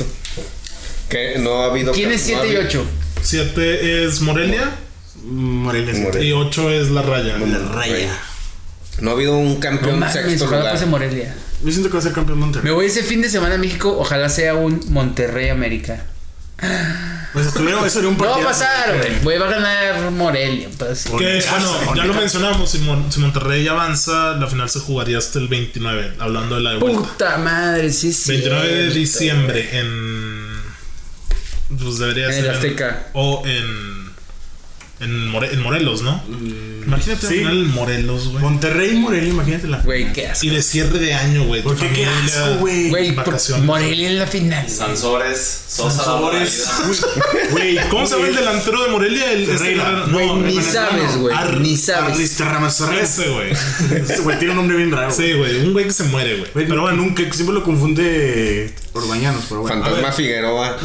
Que no ha habido. ¿Quién es no siete ha y habido- ocho? siete es Morelia Morelia Morelia. Morelia. y ocho es la Raya. La Raya. No ha habido un No campeón mames, sexto ojalá lugar. pase Morelia. Yo siento que va a ser campeón Me Monterrey. voy ese fin de semana a México, ojalá sea un Monterrey América. Pues estuvieron, eso sería un No va a partido. pasar, güey. Güey, va a ganar Morelia. Pues. Que, Con Necaxa, bueno, con ya lo Necaxa. mencionamos. Si, Mon- si Monterrey avanza, la final se jugaría hasta el veintinueve. Hablando de la de vuelta. Puta madre, sí, sí. veintinueve de diciembre en. Pues debería En ser. el Azteca. O en. En, More- en Morelos, ¿no? Imagínate sí. al final en Morelos, güey. Monterrey y Morelia, imagínate la. Güey, qué asco. Y de cierre de año, güey. ¿Por tu qué? Qué familia, asco, güey. Güey, por- vacaciones. Morelia en la final. Sansores, Sosa. Sabores. Barbaridad. Güey, ¿Cómo se llama el delantero de Morelia? El este Ferreira. guerrero- Güey, no, Ni el- sabes, güey. Ar- Ni sabes. Arristarramasarra. Ese, güey. Ese güey tiene un nombre bien raro. Sí, güey. Un güey que se muere, güey. Güey, pero bueno, nunca, siempre lo confunde por bañanos, pero bueno. Fantasma Figueroa.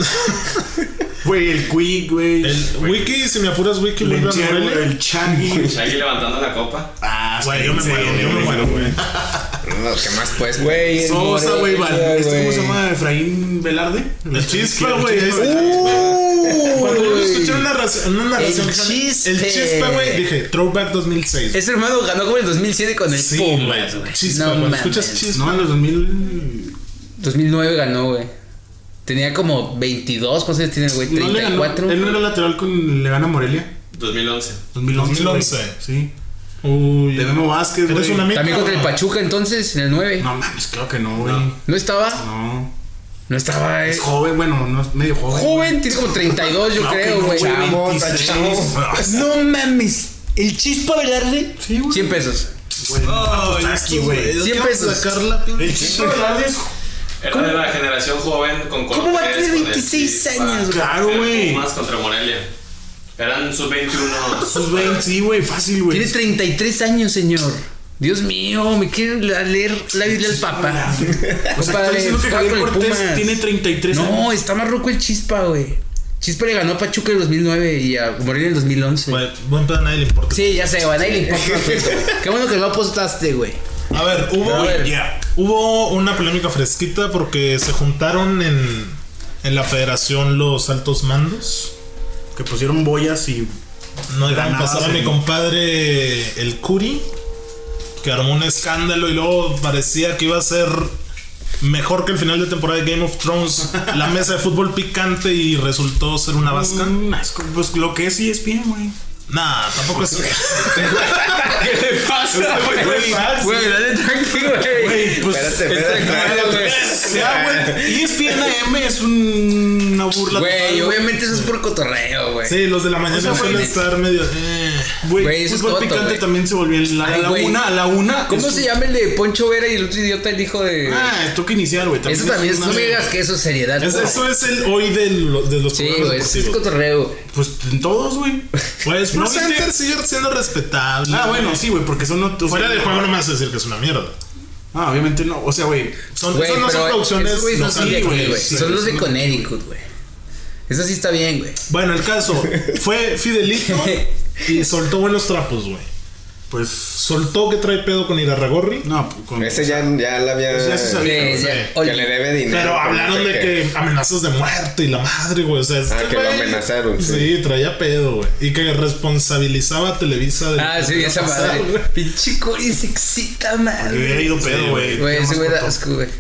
Güey, el Quick, güey. El Wiki, si me apuras, Wiki, El vuelve a Enchero, Morelia. el Chagui. Shaggy levantando la copa. Ah, Güey, yo me muero, yo me muero, güey. No, ¿qué más pues? Güey, en Sosa, güey, Val. Morelia, ¿Este ¿Cómo güey. se llama? Efraín Velarde. El Chispa, güey. El ese- Chispa. Cuando yo escuché una narración, una narración El que- Chispe. el Chispa, güey, dije, Throwback dos mil seis. Ese hermano ganó como el dos mil siete con el Sí, Pumas, güey. güey. Chispa, No cuando mames. escuchas Chispa. No, en los dos mil. dos mil nueve ganó, güey. Tenía como veintidós, ¿cuántos años tiene el güey? No le treinta y ganó. cuatro. Él no era lateral con. Le gana a Morelia. dos mil once. dos mil once. dos mil once. güey. Sí. Uy. De Memo Vázquez, Eres güey. un amigo. También contra el Pachuca entonces, en el nueve. No mames, claro que no, güey. No. ¿No estaba? No. No estaba. eh. Es joven, bueno, no es medio joven. Joven, tiene como treinta y dos, yo No, que creo, no, güey. chavo, está veintiséis. chavo. No mames. ¿El Chispa Velarde? Sí, güey. cien pesos. Güey, Ay, está estos aquí, güey. güeyes, cien ¿qué vamos a pesos. sacar la pinche- El Chispa Velarde es. Era de la generación joven con Cortés. ¿Cómo va a tener con el veintiséis Chispa, años, güey? Claro, el güey. Pumas contra Morelia. Eran sub veintiuno. Sus veinte, sí, güey, fácil, güey. Tiene treinta y tres años, señor. Dios mío, me quieren leer la Biblia al Papa. O sea, Compadre, estás diciendo que juega Javier con el Cortés Pumas. tiene treinta y tres años. No, está más roco el Chispa, güey. Chispa le ganó a Pachuca en el dos mil nueve y a Morelia en el dos mil once. Güey, buen pedo, a nadie le importa. Sí, ya sé, güey, a nadie le importa. Qué bueno que lo apostaste, güey. A ver, hubo, A ver. Ya. hubo una polémica fresquita porque se juntaron en, en la federación los altos mandos. Que pusieron boyas y No dejaron Ganabas pasar a mi en- compadre el Curi, que armó un escándalo y luego parecía que iba a ser mejor que el final de temporada de Game of Thrones, la mesa de fútbol picante, y resultó ser una vasca. Mm, es co- pues lo que es E S P N, güey. Nah, tampoco es. ¿Qué le pasa, güey? Güey, dale tranqui, güey. Güey, pues. Espérate, Es espérate. tranquilo, güey. Ya, güey. E S P N A M es un- una burla. Güey, total, obviamente eso es por cotorreo, güey. Sí, los de la mañana O sea, suelen güey, estar medio. Eh. Güey, Güey, eso es fútbol coto, picante güey. también se volvió en la, Ay, a la güey. una, a la una. ¿Cómo es se un- llama el de Poncho Vera y el otro idiota, el hijo de. Ah, es toque inicial, güey. eso también, una- no me digas que eso es seriedad. Es- güey. eso es el hoy de, lo- de los Sí, programas güey, eso es deportivos. cotorreo, güey. Pues en todos, güey. Pues ¿No Pro viste? Center sigue siendo respetable. Ah, bueno, sí, güey, porque son. no- o Fuera sea, de juego no me vas a decir que es una mierda. Ah, obviamente no. O sea, güey. Son, Güey, esas no son pero producciones esos güeyes no son de locales, aquí, güey. sí, Son los de son- Connecticut, güey. Eso sí está bien, güey. Bueno, el caso fue Fidelito y soltó buenos trapos, güey. Pues. Soltó que trae pedo con Irarragorri. No, con. Ese ya, ya la había. Pues ya se sabía. Sí, ya, sí. oye, Que le debe dinero. Pero con hablaron no sé de qué. que amenazas de muerte y la madre, güey. O sea, este Ah, que lo güey- amenazaron, sí. Sí, traía pedo, güey. Y que responsabilizaba a Televisa de. lo Ah, que sí, iba a esa pasar, madre. güey. Pinche Cory se excita, Que madre. hubiera ido pedo, Sí, güey. Güey, Nada ese más güey da cortó. asco, güey.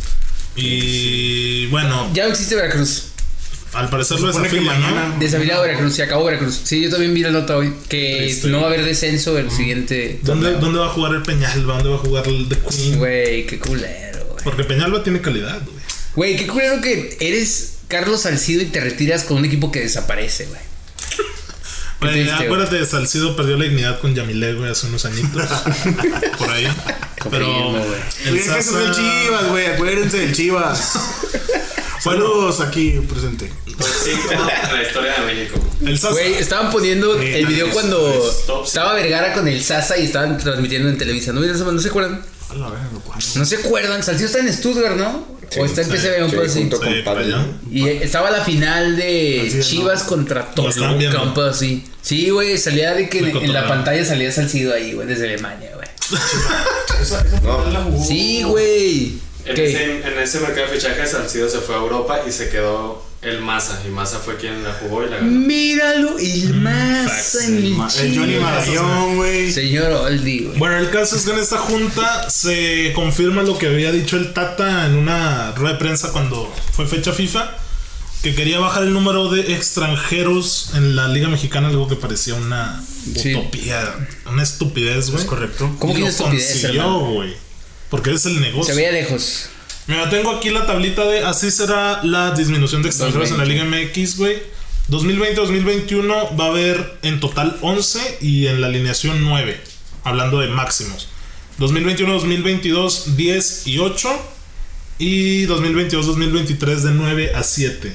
Y bueno, Ya no existe Veracruz. al parecer lo supone que desafilia, mañana- ¿no? Desafiliado Veracruz, se acabó Veracruz. Sí, yo también vi la nota hoy. Que Triste. no va a haber descenso el siguiente. ¿Dónde, torneo. ¿Dónde va a jugar el Peñalba? ¿Dónde va a jugar el The Queen? Güey, qué culero, güey. Porque Peñalba tiene calidad, güey. Güey, qué culero que eres Carlos Salcido y te retiras con un equipo que desaparece, güey. Qué Güey, triste, acuérdate, Salcido perdió la dignidad con Yamile, güey, hace unos añitos. Por ahí. Pero Confirmo, güey. el Güey, que eso es el Sasa- Chivas, güey. Acuérdense del Chivas. Saludos aquí presente. Top cinco de la historia de México. El Sasa- Güey, estaban poniendo Sí, el video es- cuando es top, sí. estaba Vergara con el Sasa y estaban transmitiendo en Televisa. ¿No, ¿No se acuerdan? A la verga, ¿cuándo? No se acuerdan. Salcido está en Stuttgart, ¿no? o está en P S V, un Sí, pedo así. junto Sí, con por Pablo. allá. Y eh, estaba la final de Salcido, Chivas no. contra Lo estaban Toluca, viendo. un pedo así. Sí, güey, salía de que De en, en la cotorreo. pantalla salía Salcido ahí, güey, desde Alemania, güey. Esa, esa No. final la jugó. Sí, güey. En ¿Qué? ese, en ese mercado de fichajes, Salcido se fue a Europa y se quedó el Maza. Y Maza fue quien la jugó y la ganó. Míralo, el más facts, en mi Ma- El Johnny Chivas. Marayón, güey. Señor Oldie, güey. Bueno, el caso es que en esta junta se confirma lo que había dicho el Tata en una rueda de prensa cuando fue fecha FIFA, que quería bajar el número de extranjeros en la Liga Mexicana, algo que parecía una Sí. utopía, una estupidez, güey. Es correcto. ¿Cómo Y que lo una estupidez, consiguió, hermano? güey. Porque es el negocio. Se veía lejos. Mira, tengo aquí la tablita de así será la disminución de extranjeros en la Liga M X, güey. dos mil veinte dos mil veintiuno va a haber en total once y en la alineación nueve, hablando de máximos. dos mil veintiuno dos mil veintidós diez y ocho y dos mil veintidós dos mil veintitrés de nueve a siete.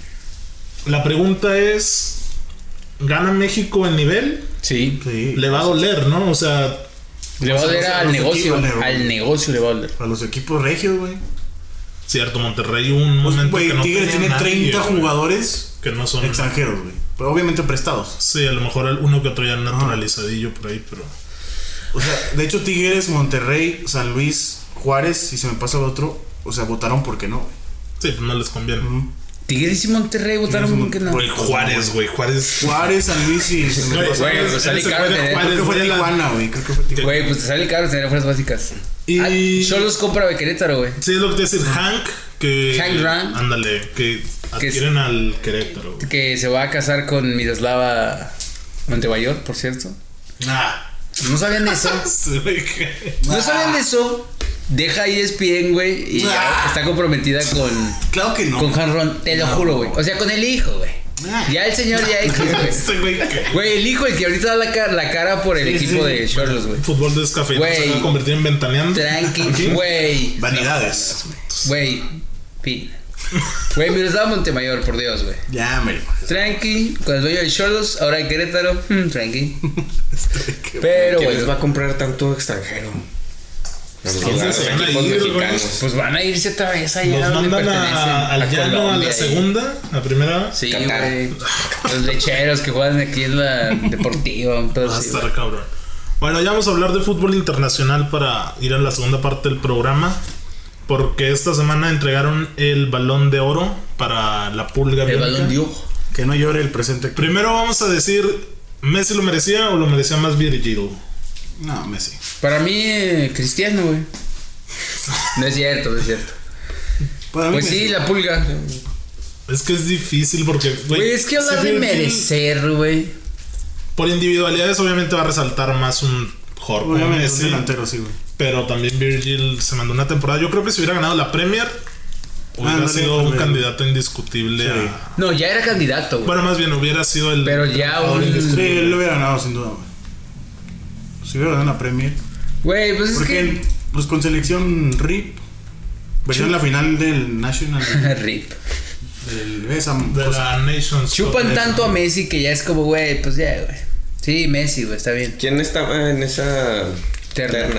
La pregunta es, ¿gana México el nivel? Sí. Sí. Le va a doler, ¿no? O sea, Le va a doler a al los negocio. equipos, Al negocio le va a doler. A los equipos regios, güey. cierto, Monterrey un Pues, momento güey, que no Tigres tenía tiene nadie, treinta güey, jugadores que no son extranjeros, güey. Pero obviamente prestados. Sí, a lo mejor el uno que otro ya naturalizadillo por ahí, pero. O sea, de hecho, Tigres, Monterrey, San Luis, Juárez, si se me pasa el otro, o sea, votaron porque no, güey. Sí, pues no les conviene. Tigres y Monterrey votaron Tigres y como que no. Monterrey. Güey, Juárez, güey, Juárez. Juárez, San Luis y se me Güey, pasa. güey, ese- pues sale ese caro fue de tener- Juárez, Creo que fue güey, la- Tijuana, güey. Creo que fue Tijuana. Güey, pues te sale caro tener fuerzas básicas. Y- Ah, Cholos compra a Querétaro, güey. Sí, es lo que te iba a decir, Hank, que. Hank Grant. Ándale, que Que es- adquieren al Querétaro, güey. Que se va a casar con Miroslava Montebayor, por cierto. Nah. ¿No sabían de eso? Sí, güey, que- ¿No sabían de eso? Deja E S P N, güey, y ya Ah. está comprometida con, Claro que no. con Hanron. Te lo No. juro, güey. O sea, con el hijo, güey. Ah. Ya el señor ya X, güey. Este güey que. Güey, el hijo, el que ahorita da la cara, la cara por el Sí, equipo sí. de Cholos, güey. Fútbol descafeinado Güey. se va a convertir en ventaneando. Tranqui, güey. Vanidades. Güey. Pi. Güey, Miroslava Montemayor, por Dios, güey. Ya, me Tranqui, con el dueño de Cholos, ahora en Querétaro. mm, tranqui. Pero, ¿Quién güey. les va a comprar tanto extranjero? Los ¿Quiénes se van a equipos ir, güey? mexicanos. Pues van a irse otra vez allá. Los donde mandan pertenecen, a, al llano a Colombia la y- segunda, a primera. Sí, Qatar. güey. Los lecheros que juegan aquí en la deportiva. un pedo Va a así, estar güey. cabrón. Bueno, ya vamos a hablar de fútbol internacional para ir a la segunda parte del programa. Porque esta semana entregaron el balón de oro para la pulga. El biónica. balón de ojo. Que no llore el presente. Primero vamos a decir ¿Messi lo merecía o lo merecía más Virgil? No, Messi. Para mí, eh, Cristiano, güey. No es cierto, no es cierto. Para mí Pues Messi. sí, la pulga. Es que es difícil porque, Güey, es que hablar si de Virgil- merecer, güey. Por individualidades, obviamente va a resaltar más un jugador como Obviamente es Messi. delantero, sí, güey. Pero también Virgil se mandó una temporada. Yo creo que si hubiera ganado la Premier, hubiera Ándale, sido un ándale. candidato indiscutible Sí. a. No, ya era candidato, güey. Bueno, más bien hubiera sido el. Pero ya un- Sí, él lo hubiera ganado sin duda, güey. Si hubiera ganado la Premier. Güey, pues es Porque, que... pues con selección R I P. Versión en la final del National. Rip. del, esa de cosa. la Nations Cup. Chupan tanto a Messi que ya es como, güey, pues ya, güey. Sí, Messi, güey, está bien. ¿Quién estaba en esa Terna. terna?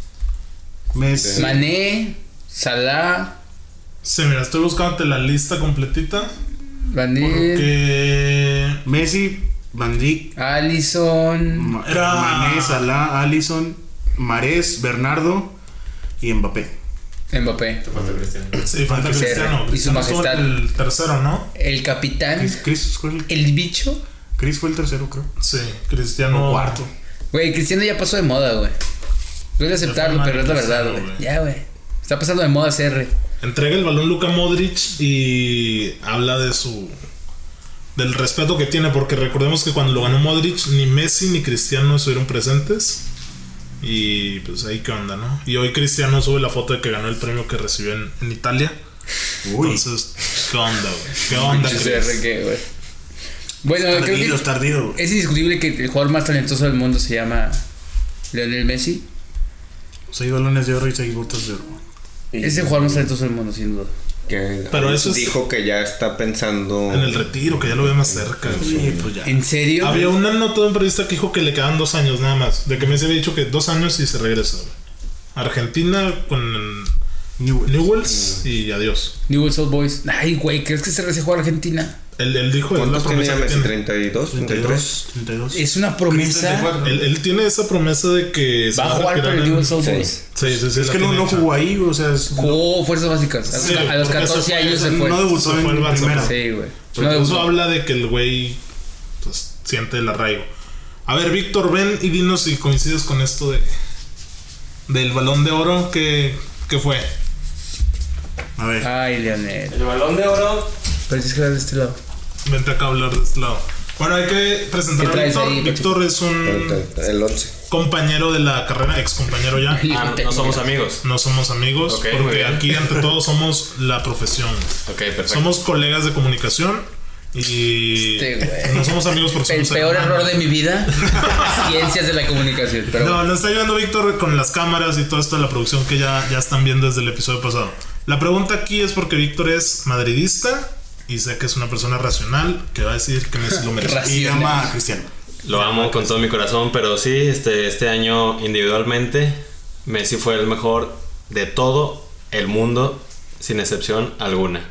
Messi. Mané, Salah, Sí, mira, estoy buscándote la lista completita. Mané, Porque. Messi, Van Dijk, Alisson. Ma- Era- Mané, Salah, Alisson, Mahrez, Bernardo y Mbappé. Mbappé. Te falta Cristiano. Sí, falta C R. Cristiano. Y su Cristiano estuvo majestad. el tercero, ¿no? El capitán. Chris, Chris fue el, El bicho. Chris fue el tercero, creo. Sí, Cristiano. O cuarto. Güey, Cristiano ya pasó de moda, güey. Duele aceptarlo, mal pero es la verdad, Cristiano, güey. güey. Ya, güey. Está pasando de moda C R. Entrega el balón Luka Modric y habla de su. Del respeto que tiene, porque recordemos que cuando lo ganó Modric, ni Messi ni Cristiano estuvieron presentes. Y pues ahí qué onda, ¿no? Y hoy Cristiano sube la foto de que ganó el premio que recibió en, en Italia. Uy. Entonces, ¿qué onda, güey? ¿Qué onda, Pinche Chris? C R que, güey. Bueno, creo Tardido, que tardido, güey. es indiscutible que el jugador más talentoso del mundo se llama Lionel Messi. Seis balones de oro y seis botas de oro. Es el jugador más talentoso del mundo, sin duda. Que Pero eso es- dijo que ya está pensando En el retiro, que ya lo ve más cerca. güey. Sí, pues ya. ¿En serio? Había una nota de un periodista que dijo que le quedaban dos años nada más. De que Messi había dicho que dos años y se regresa, güey. Argentina con Newell. Newells y adiós. Newell's Old Boys. Ay, güey, ¿crees que se regresa a jugar a Argentina? Él, él dijo es la ¿Cuántos tenía promesa que Messi? tiene. ¿treinta y dos? ¿treinta y tres? treinta y dos. Es una promesa. treinta y cuatro. Él, él tiene esa promesa de que se Va a jugar por retirar el en- Newell's Old Sí. Boys. Sí, sí, sí. Es la que no, tiene no hecha. jugó ahí, o sea, es- Jugó fuerzas básicas. A los, Sí, a los porque catorce se fue- años se no fue. debutó Se fue en al Barça, primera. Sí, güey. Pero No eso debutó. habla de que el güey pues, siente el arraigo. A ver, Víctor, ven y dinos si coincides con esto de del Balón de Oro. ¿Qué, qué fue? A ver. Ay, Lionel. El balón de oro. Pero es que era de este lado. Vente acá a hablar de este lado. Bueno, hay que presentar ¿Qué a traes Víctor. ahí, Víctor es un El, el once. compañero de la carrera, ex compañero ya. Ah, no, no somos amigos. No somos amigos, Ok, muy porque bien. aquí ante todo somos la profesión. Ok, perfecto. Somos colegas de comunicación y Este, güey. no somos amigos porque El somos peor hermanos. error de mi vida. Ciencias de la comunicación. Pero No, nos está ayudando Víctor con las cámaras y todo esto de la producción que ya, ya están viendo desde el episodio pasado. La pregunta aquí es porque Víctor es madridista y sé que es una persona racional que va a decir que Messi lo merece. Racional. Y llama a Cristiano. Lo amo con todo mi corazón, pero sí, este, este año individualmente, Messi fue el mejor de todo el mundo, sin excepción alguna.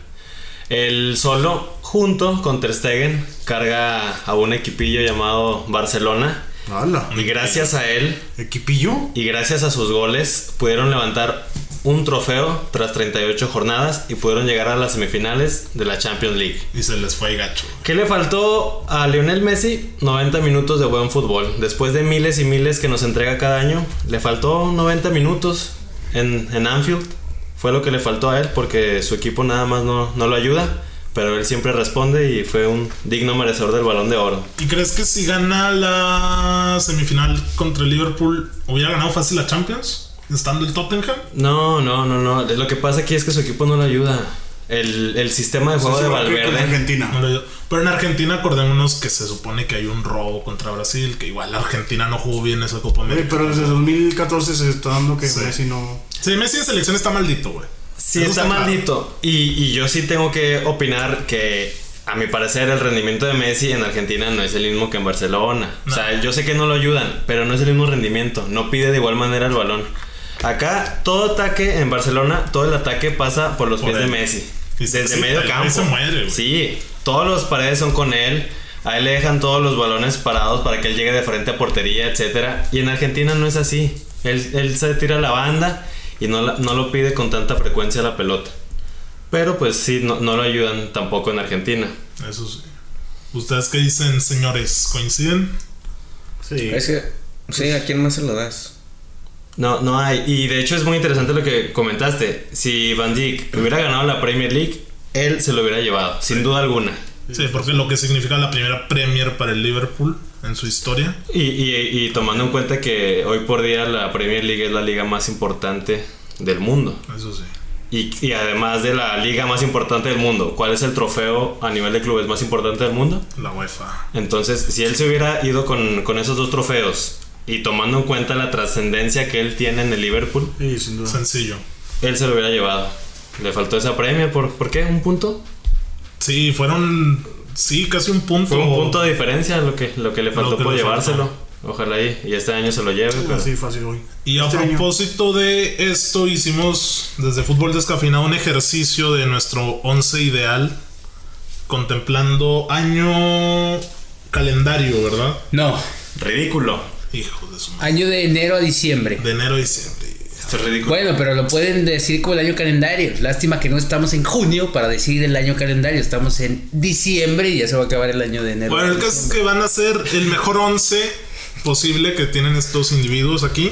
Él solo, junto con Ter Stegen, carga a un equipillo llamado Barcelona. ¡Hala! Y gracias a él ¿Equipillo? y gracias a sus goles pudieron levantar un trofeo tras treinta y ocho jornadas y pudieron llegar a las semifinales de la Champions League. Y se les fue gacho. ¿Qué le faltó a Lionel Messi? noventa minutos de buen fútbol. Después de miles y miles que nos entrega cada año, le faltó noventa minutos en, en Anfield. Fue lo que le faltó a él porque su equipo nada más no, no lo ayuda. Pero él siempre responde y fue un digno merecedor del Balón de Oro. ¿Y crees que si gana la semifinal contra el Liverpool hubiera ganado fácil la Champions? Estando el Tottenham. No, no, no, no. Lo que pasa aquí es que su equipo no lo ayuda. El, el sistema de juego de Con Valverde. Argentina. No lo ayudó. Pero en Argentina acordémonos que se supone que hay un robo contra Brasil, que igual Argentina no jugó bien esa Copa Oye, América. pero desde dos mil catorce se está dando que Sí. Messi no. Sí, Messi en selección está maldito, güey. Sí, Eso está claro. maldito. Y, y yo sí tengo que opinar que, a mi parecer, el rendimiento de Messi en Argentina no es el mismo que en Barcelona. No. O sea, yo sé que no lo ayudan, pero no es el mismo rendimiento. No pide de igual manera el balón. Acá, todo ataque en Barcelona, todo el ataque pasa por los Por pies él. de Messi. Y Desde sí, medio ahí campo. se muere, güey. Sí, todas las paredes son con él. A él le dejan todos los balones parados para que él llegue de frente a portería, etcétera. Y en Argentina no es así. Él, él se tira a la banda y no, la- no lo pide con tanta frecuencia la pelota. Pero pues sí, no, no lo ayudan tampoco en Argentina. Eso sí. ¿Ustedes qué dicen, señores? ¿Coinciden? Sí. Es que, sí, ¿a quién más se lo das? No, no hay. Y de hecho es muy interesante lo que comentaste. Si Van Dijk hubiera ganado la Premier League, él se lo hubiera llevado, sin duda alguna. Sí, porque lo que significa la primera Premier para el Liverpool en su historia. Y, y, y tomando en cuenta que hoy por día la Premier League es la liga más importante del mundo. Eso sí. Y, y además de la liga más importante del mundo, ¿cuál es el trofeo a nivel de clubes más importante del mundo? La UEFA. Entonces, si él se hubiera ido con, con esos dos trofeos y tomando en cuenta la trascendencia que él tiene en el Liverpool, Sí, sin duda. Sencillo. él se lo hubiera llevado. Le faltó esa premia, ¿por, ¿por qué? ¿Un punto? Sí, fueron. Sí, casi un punto. Fue un punto de diferencia lo que, lo que le faltó Lo que por le llevárselo. faltó. Ojalá y, y este año se lo lleve. Pero... Así fácil hoy. Y a Este año. propósito de esto, hicimos desde Fútbol Descafeinado un ejercicio de nuestro once ideal, contemplando año calendario, ¿verdad? No, Ridículo. Hijo de su madre. año de enero a diciembre. De enero a diciembre. Esto es ridículo. Bueno, pero lo pueden decir como el año calendario. Lástima que no estamos en junio para decir el año calendario. Estamos en diciembre y ya se va a acabar el año de enero. Bueno, el caso es que van a ser el mejor once posible que tienen estos individuos aquí.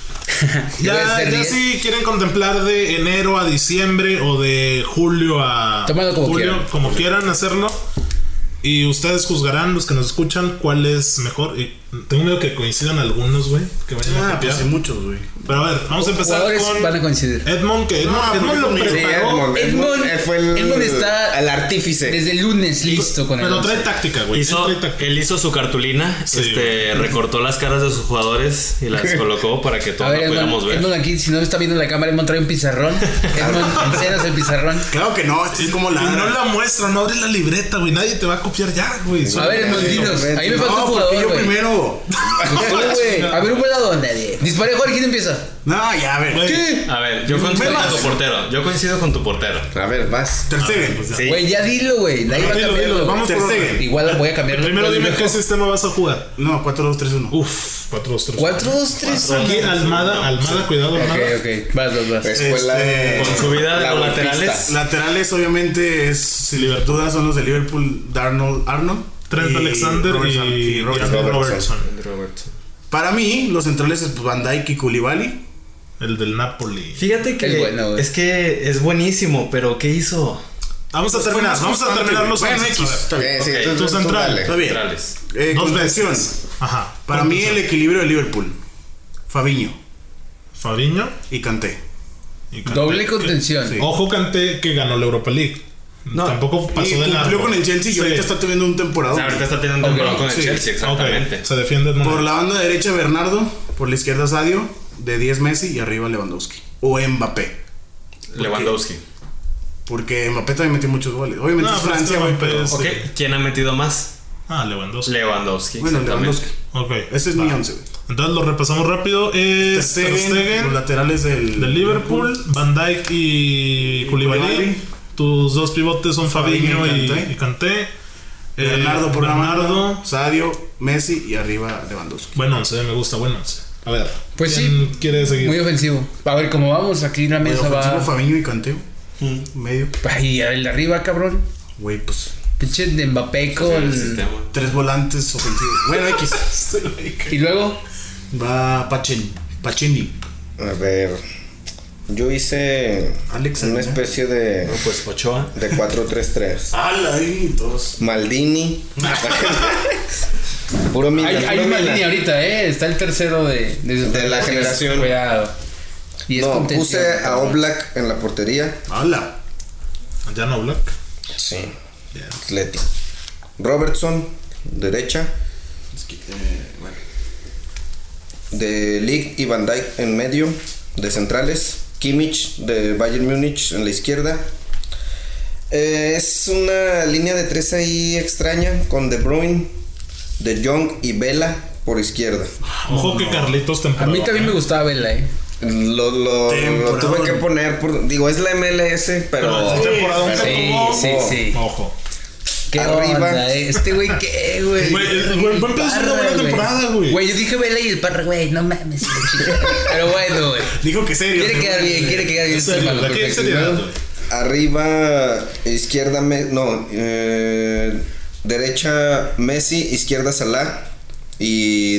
Ya, Debe ser ya diez. si quieren contemplar de enero a diciembre o de julio a Tómalo como julio, quieran. como quieran hacerlo. Y ustedes juzgarán, los que nos escuchan, cuál es mejor. Y tengo miedo que coincidan algunos, güey, que vayan a Ah, copiar. pues hay muchos, güey. Pero a ver, vamos a empezar Jugadores con van a coincidir. Edmond, que Edmond, No, Edmond lo porque Sí, preparó. Edmond, Edmond- Edmond, él fue el, Edmond está el artífice. Desde el lunes listo con el Pero once. trae táctica, güey. Hizo, él trae táctica. él hizo su cartulina, Sí. este, recortó las caras de sus jugadores y las colocó para que A todos ver, la pudiéramos Edmond, ver. Edmond aquí, si no está viendo la cámara, Edmond trae un pizarrón. Edmond, enseñas el pizarrón. Claro que no, este es como la. Y no la muestra, no abres la libreta, güey. Nadie te va a copiar ya, güey. A ver, Edmond, dinos. A mí me falta No, un porque jugador, yo güey. primero. Pues tú, güey. A ver, un volado, nadie. Dispare, Jorge, ¿quién empieza? No, ya, a ver. Güey. ¿Qué? A ver, yo coincido Velas. con tu portero. Yo coincido con tu portero. A ver, vas. Ter Stegen. pues ya. Sí. Güey, ya dilo, güey. Nadie va a Dilo, cambiarlo. dilo, güey. vamos Ter por Stegen. orden. Igual voy a cambiarlo. Primero Lo dime mejor. qué sistema vas a jugar. No, cuatro dos tres uno. Uf, cuatro dos tres. cuatro dos tres Aquí Almada, Almada, cuidado, Ok, Almada. ok. Vas, vas, vas. Escuela Este, Con su vida de la los golpista. laterales. Laterales, obviamente, es. Sin duda son los de Liverpool, Darnold Arnold. Trent y Alexander Robertson, y Robertson. Robertson. Robertson. Para mí, los centrales es Van Dijk y Koulibaly. El del Napoli. Fíjate que Es bueno, güey. es que es buenísimo, pero ¿qué hizo? Vamos a terminar, más vamos a constante, terminar los güey. Bueno, once. X, está bien. Eh, sí, Ok, tú- tu tú central. dale. Está bien. Centrales. Eh, Dos contención. veces. Ajá. Para mí, el equilibrio de Liverpool: Fabinho Fabiño y Kanté. y Kanté. Doble contención. Sí. Ojo, Kanté que ganó la Europa League. No, Tampoco pasó Y de cumplió largo. con el Chelsea y Sí. ahorita está teniendo un temporada. O sea, ahorita está teniendo un Ok, temporada con el sí. Chelsea, exactamente. Ok, se defiende Edmond. Por la banda derecha, Bernardo. Por la izquierda, Sadio. De diez, Messi. Y arriba, Lewandowski. O Mbappé. Lewandowski. Porque Mbappé también metió muchos goles. Obviamente No, es pero Francia, este güey, Mbappé pero. es- Ok, ¿quién ha metido más? Ah, Lewandowski. Lewandowski. Bueno, exactamente. Lewandowski. Ok. Ese es va. mi once, güey. Entonces lo repasamos rápido. Ter Es Ter Stegen, Stegen, los laterales del, del Liverpool, Van Dijk y Koulibaly. Koulibaly. Tus dos pivotes son Fabinho Fabinho y y, Kanté. y Kanté. Eh, Bernardo por la Bernardo. banda, Sadio, Messi y arriba Lewandowski. Buen once, me gusta, buen once. A ver, Pues ¿quién sí. quiere seguir? Muy ofensivo. A ver, cómo vamos, aquí la Medio mesa ofensivo, va. Fabinho y Kanté. Medio. Ay, el de arriba, cabrón. Güey, pues. Pinche de Mbappé con. El sistema. Tres volantes ofensivos. Bueno, X. Y luego. Va Pachin, Pacini. A ver. Yo hice Alex una Almeida. especie de, No, pues Ochoa. de cuatro tres tres. ¡Hala! Ahí, todos. Maldini. Puro Milan. Hay, hay puro una Milan. línea ahorita, ¿eh? Está el tercero de. De la generación. Cuidado. Y es No, contención. puse a Oblak en la portería. ¡Hala! Ya no Black. Sí. Atleti. Robertson, derecha. Es que, eh, bueno. De Ligt y Van Dijk en medio. De centrales. Kimmich de Bayern Múnich en la izquierda. Eh, es una línea de tres ahí extraña. Con De Bruyne, De Jong y Vela por izquierda. Ojo que Carlitos A temporada. mí también me gustaba verla, ¿eh? Lo, lo, lo Temporada. tuve que poner por, digo, es la M L S, pero, Pero es temporada un Sí, poco. sí, sí. Ojo. ¿Qué Arriba. onda, eh? Este güey, ¿qué, güey? Güey, el güey va a empezar una buena Parra, temporada, güey. Güey, yo dije Vela y el Parra, güey, no mames. Pero bueno, güey. Dijo que serio. Quiere ¿no? quedar bien, quiere quedar bien. En serio, hermano, ¿de qué perfecto. seriedad, güey? arriba, izquierda, me- no, eh, derecha Messi, izquierda Salah Y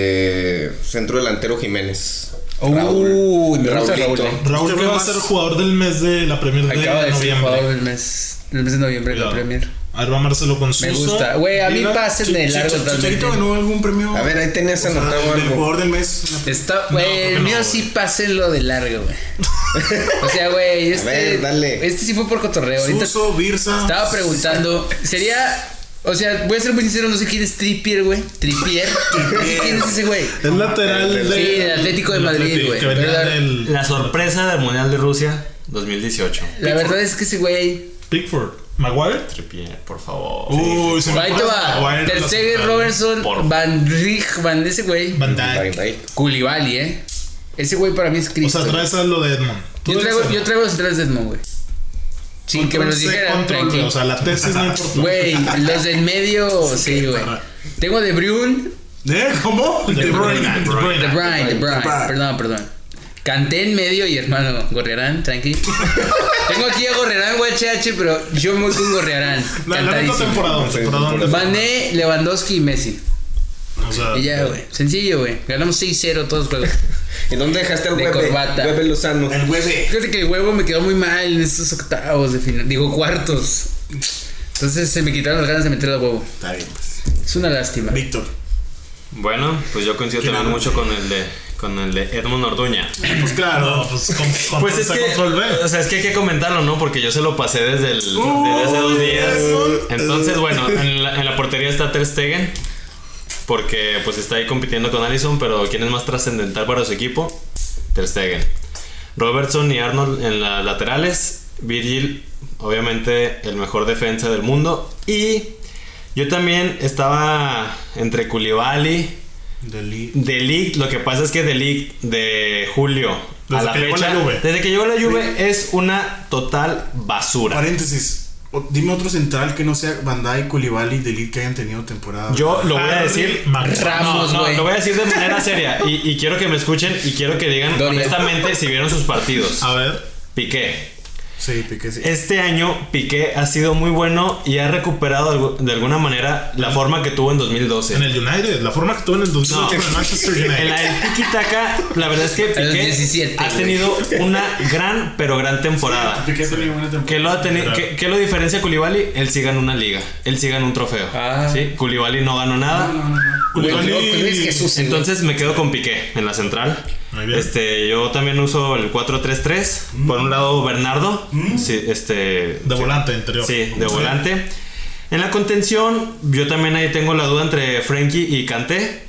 de centro delantero Jiménez. Uy, me gusta Raúl. Raulito. eh. Raúl que va a ser jugador del mes de la Premier de Acaba de ser noviembre. jugador del mes, del mes de noviembre de la Cuidado. Premier. A ver, va Marcelo con Me Suso. gusta. Güey, a mí Liga. pasen de largo totalmente. ¿Chicharito ganó algún premio? A ver, ahí tenías O sea, anotado del algo. jugador del mes. Está, güey, creo que el no, mío güey. sí pásenlo de largo, güey. O sea, güey, este. ver, dale. Este sí fue por cotorreo. Ahorita Suso, Birsa. estaba preguntando. Sería. O sea, voy a ser muy sincero, no sé quién es Trippier, güey. Trippier. No sé quién es ese güey. Es lateral de, Sí, del Atlético de del Madrid, Atlético, güey. Que venía ¿Verdad? del La sorpresa del Mundial de Rusia dos mil dieciocho. La verdad es que ese güey. Pickford. Maguire. Trippier, por favor. Uy, se me Ahí te acuerda va. Maguire Ter en la Stegen, central. Robertson, Por- Van Rijk, Van ese güey. Van Ahí, Dijk. ahí. Koulibaly, eh. Ese güey para mí es O Cristo. sea, traes a lo de Edmond. Tú yo, traigo, eres yo traigo los centrales de Edmond, güey. Sin que me los Control C, dijeran, control V. tranquilo. O sea, la tesis no importa. Güey, los del medio, sí, güey. Tengo De Bruyne, ¿Eh? ¿Cómo? De Bruyne. De De Bruyne. Bruyne, De Bruyne. Bruyne. Perdón, perdón. Canté en medio y hermano, Gorriarán, tranqui. Tengo aquí a Gorriarán, güey, H H, pero yo me voy con Gorriarán. La, la neta Cantadísimo. temporada. temporada Mané, Lewandowski y Messi. O sea, Y ya, güey. Sencillo, güey. Ganamos seis cero todos los juegos. ¿Y dónde dejaste al De Bebe? corbata. Bebe Lozano. El hueve. Fíjate que el huevo me quedó muy mal en estos octavos de final. Digo, cuartos. Entonces se me quitaron las ganas de meter al huevo. Está bien, pues. Es una lástima. Víctor. Bueno, pues yo coincido ¿Quién también habla? mucho con el de con el de Edmond Orduña. Pues claro. no, pues con, con Pues es control que, C, control V. o sea, es que hay que comentarlo, ¿no? Porque yo se lo pasé desde, el, Uh, desde hace dos días. eso. Entonces, bueno, en la, en la portería está Ter Stegen, porque pues está ahí compitiendo con Alisson, pero ¿quién es más trascendental para su equipo? Ter Stegen. Robertson y Arnold en las laterales. Virgil, obviamente el mejor defensa del mundo. Y yo también estaba entre Koulibaly, De Lee. De Ligt. Lo que pasa es que De Ligt de julio Desde a la que llegó fecha, la Juve. desde que llegó la Juve, es una total basura. Paréntesis. O- Dime otro central que no sea Van Dijk, Koulibaly y De Ligt que hayan tenido temporada. Yo lo voy a Harry decir. Maguire. Ramos, No, no, güey. lo voy a decir de manera seria. Y, y quiero que me escuchen y quiero que digan Doria. honestamente si vieron sus partidos. A ver. Piqué. Sí, Piqué sí. Este año Piqué ha sido muy bueno y ha recuperado algu- de alguna manera la forma que tuvo en dos mil doce. En el United. La forma que tuvo en el dos mil ocho No. con el Manchester United. En la del Tiki Taka, la verdad es que A los Piqué diecisiete, ha güey. tenido una gran, pero gran temporada. Piqué tenía buena temporada. ¿Qué lo, ha teni- Claro. ¿qué, qué lo diferencia a Koulibaly? Él sí ganó una liga. Él sí ganó un trofeo. Ah. ¿Sí? Koulibaly no ganó nada. Koulibaly- Güey, ¿qué es Jesús, güey? Entonces me quedo con Piqué en la central. Muy bien. Este, yo también uso el cuatro tres tres. Por un lado Bernardo. Sí, este. De volante interior. Sí, de volante. En la contención, yo también ahí tengo la duda entre Frenkie y Kanté.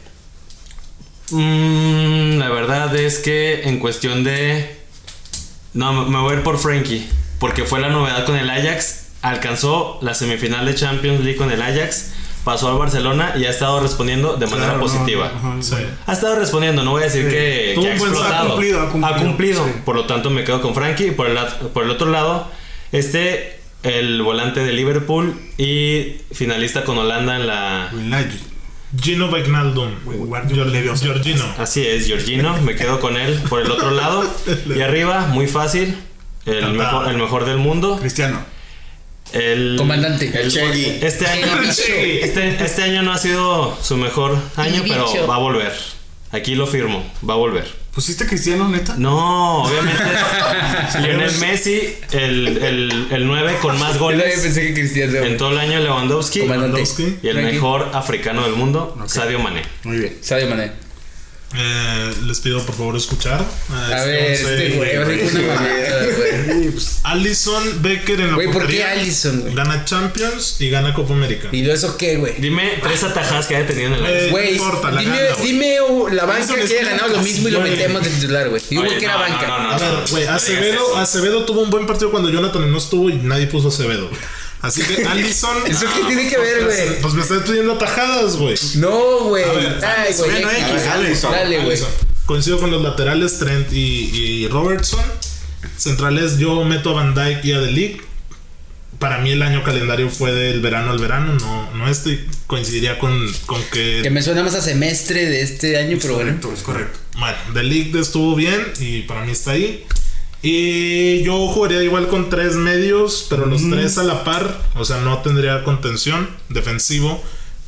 Mm, la verdad es que en cuestión de... No, me voy a ir por Frenkie. Porque fue la novedad con el Ajax. Alcanzó la semifinal de Champions League con el Ajax. Pasó al Barcelona y ha estado respondiendo de manera Claro, no, positiva. ajá, Sí. Ha estado respondiendo, no voy a decir Sí. que, Tuvo que ha un buen- explotado. ha cumplido, ha cumplido. Ha cumplido. Sí. Por lo tanto, me quedo con Frankie. Y por el, lat- por el otro lado, este, el volante de Liverpool y finalista con Holanda en la. United. Gino Wijnaldum. Guardia Leviosa. Giorgino. Así es, Giorgino. Me quedo con él por el otro lado. Y arriba, muy fácil. El Cantado. mejor, el mejor del mundo. Cristiano. El Comandante. El Chegui. Este año, El bicho. este, este año no ha sido su mejor año, El pero bicho. va a volver. Aquí lo firmo, va a volver. ¿Pusiste Cristiano, neta? No, obviamente es Lionel Messi, el, el, el nueve con más Yo también goles pensé que Cristiano. en todo el año, Lewandowski. Comandante. Lewandowski. Y el Tranqui. mejor africano del mundo, Sadio Mané. Muy bien. Sadio Mané. Eh, les pido por favor escuchar. A este ver, once, este güey, va a ser una mamada, güey. Allison Becker en la Güey, ¿por qué portería. Allison, güey? Gana Champions y gana Copa América. ¿Y lo eso qué, güey? Dime tres atajadas que haya tenido en el año. Eh, Güey, no importa, la dime, gana, güey. dime uh, la banca Allison que es haya como ganado lo mismo y lo güey. metemos de titular, güey. Digo Oye, que era no, banca. no, no, A no. ver, güey, digas Acevedo, eso. Acevedo tuvo un buen partido cuando Jonathan no estuvo y nadie puso Acevedo. güey. Así que Allison. ¿Eso qué tiene que ver, güey? Pues me estás pidiendo atajadas, güey. No, güey. A ver, Ay, güey. bueno, ya- X, Allison. Dale, güey. Allison. Coincido con los laterales Trent y, y Robertson. Centrales yo meto a Van Dijk y a De Ligt. Para mí el año calendario fue del verano al verano, no, no este. Coincidiría con, con que... Que me suena más a semestre de este año, pero bueno. Correcto, es correcto. Bueno, De Ligt estuvo bien y para mí está ahí. Y yo jugaría igual con tres medios, pero los tres a la par. O sea, no tendría contención defensivo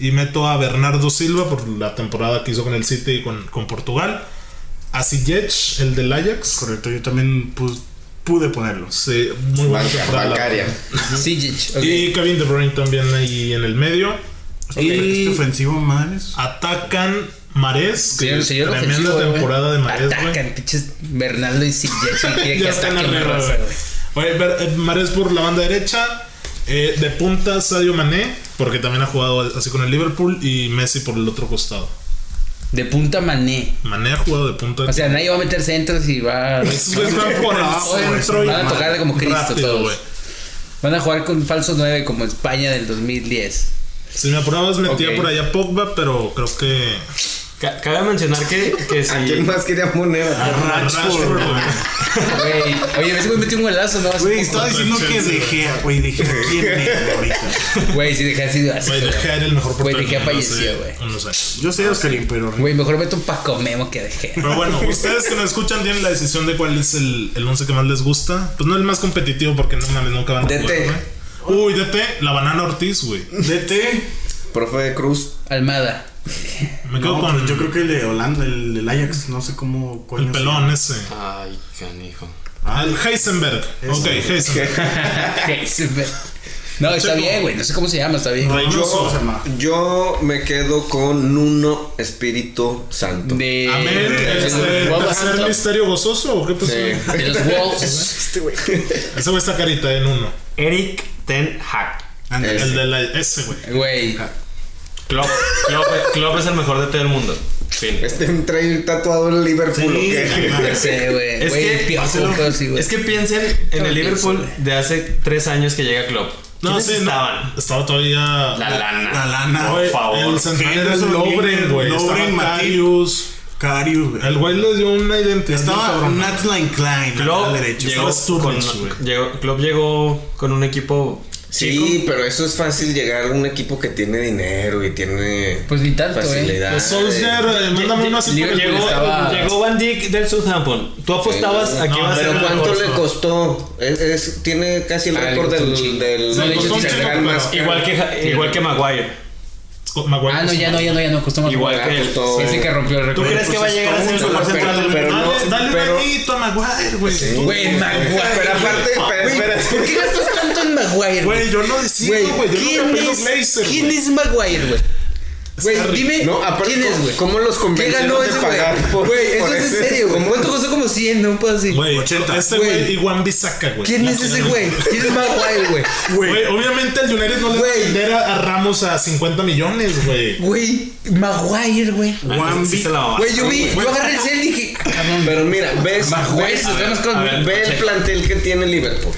Y meto a Bernardo Silva por la temporada que hizo con el City y con, con Portugal. A Ziyech, el del Ajax. Correcto, yo también pu- pude ponerlo. Sí, muy buena Banca, temporada. bancaria. Sijic, ok. Y Kevin De Bruyne también ahí en el medio. Este, Y este ofensivo, madres. atacan Mahrez, que Señor, señor tremenda ofensivo, güey. temporada de Mahrez, güey. Atacan, pinches Bernardo y Sijic. Quiere que Ya están ataquen arriba, raza, güey. güey. Oye, Ver- eh, Mahrez por la banda derecha. Eh, de punta Sadio Mané, porque también ha jugado así con el Liverpool. Y Messi por el otro costado. De punta Mané. Mané ha jugado de punta. O sea, nadie va a meter centros y va. Esos güeyes van por el abajo, centro y van a tocarle como Cristo rápido, todos. güey. Van a jugar con falso nueve como España del dos mil diez. Si me apurabas metía Ok. por allá Pogba, pero creo que Ca- Cabe mencionar que, que si. ¿A quién más quería poner? a Rashford, güey. Güey, oye, ese güey metió un golazo, ¿no? Hace Güey, poco. estaba diciendo que Chelsea, dejé, güey, dejé quién es ahorita. Güey, si dejas así. así, Güey, güey. De Gea era el mejor Güey, portero De Gea del mundo hace falleció, güey. unos años. Yo sé, Oscarín, pero. Güey, mejor meto un Paco Memo que dejé. Pero bueno, ustedes que nos escuchan tienen la decisión de cuál es el, el once que más les gusta. Pues no el más competitivo porque no mames, nunca van a D T. jugar, güey. Uy, D T, la banana Ortiz, güey. D T. Profe de Cruz. Almada. Me quedo No, con pues yo creo que el de Holanda, el del Ajax, no sé cómo. el pelón ese. Ay, canijo. Ah, el Heisenberg. Ok, Heisenberg. No, está Checo. bien, güey. No sé cómo se llama, está bien. Reynoso se Yo, llama. yo me quedo con Nuno Espíritu Santo. De. Amén. de- ¿Es de- de Wolverhampton. tercer misterio gozoso o qué pasó? Sí. De los Wolves. Este güey. Ese güey está carita en uno. Eric Ten Hag. Ándale. El de la. Ese, güey. Güey. Klopp, Klopp, Klopp es el mejor D T del mundo. Fin. Este trae tatuado el Liverpool. Sí, ¿o qué? Ya sé, güey. Es Güey, que- el piojo, pero sí, güey. Es que piensen en Yo el pienso, Liverpool güey. de hace tres años que llega Klopp. No, ¿Quiénes sí, no. estaban? Estaba todavía. La lana. La lana. Güey, por favor. el central era el Henderson, Lovren, güey. Lovren, Estaba Matip. Karius. Karius, güey. El güey le dio una identidad. Estaba cabrón. Nathan Klein, Klopp al derecho. llegó, Estaba con, Sturridge, güey. llegó, Klopp llegó con un equipo Sí, chico. pero eso es fácil llegar a un equipo que tiene dinero y tiene Pues ni tanto, eh. facilidad. Pues Solskjaer, eh, mándame una así por el Liverpool Llegó, estaba- llegó Van Dijk del Southampton. Tú apostabas a que No, iba a ser Pero el ¿cuánto mejor, le no. costó? Es, es- tiene casi el Ah, le récord costó un del, chingo. del, No, le del costó un central chingo, más pero- igual que Ja- igual que Maguire. Maguire. Ah, no, ya no, ya no, ya no. Costó más. Igual Ah, que él. costó- Ese que rompió el ¿Tú récord. crees que va a llegar a ser el Pero- mejor central del pero mundo? no- Dale, dale pero- manito a Maguire, güey. Güey, Maguire. Pero aparte, pero espera. ¿Por qué gastas tanto en Maguire? Güey, yo no decido, Güey, güey. Yo ¿quién nunca pedí es, Glazer, ¿quién güey. es Maguire, güey? Güey, Harry. dime, No, aparte, ¿quién es, ¿cómo- güey? ¿cómo los ¿Qué convencieron ganó de ese pagar güey? por- Güey, eso por es en ese? serio, güey. ¿Cuánto costó? Como cien, ¿no? Un pedo así. Güey, ochenta. este Güey. güey, Iwan Bissaka, güey. ¿Quién es ese güey? ¿Quién es Maguire, güey? Güey, obviamente el United no le va a Güey. vender a, a Ramos a cincuenta millones, güey. Güey, Maguire, güey. Juan Sí Vi- se la mamaste. Güey, yo vi, yo agarré el cel y dije, ah, cabrón. Pero mira, ves, Maguire, ves, se vemos con- a ver. ve el plantel que tiene Liverpool.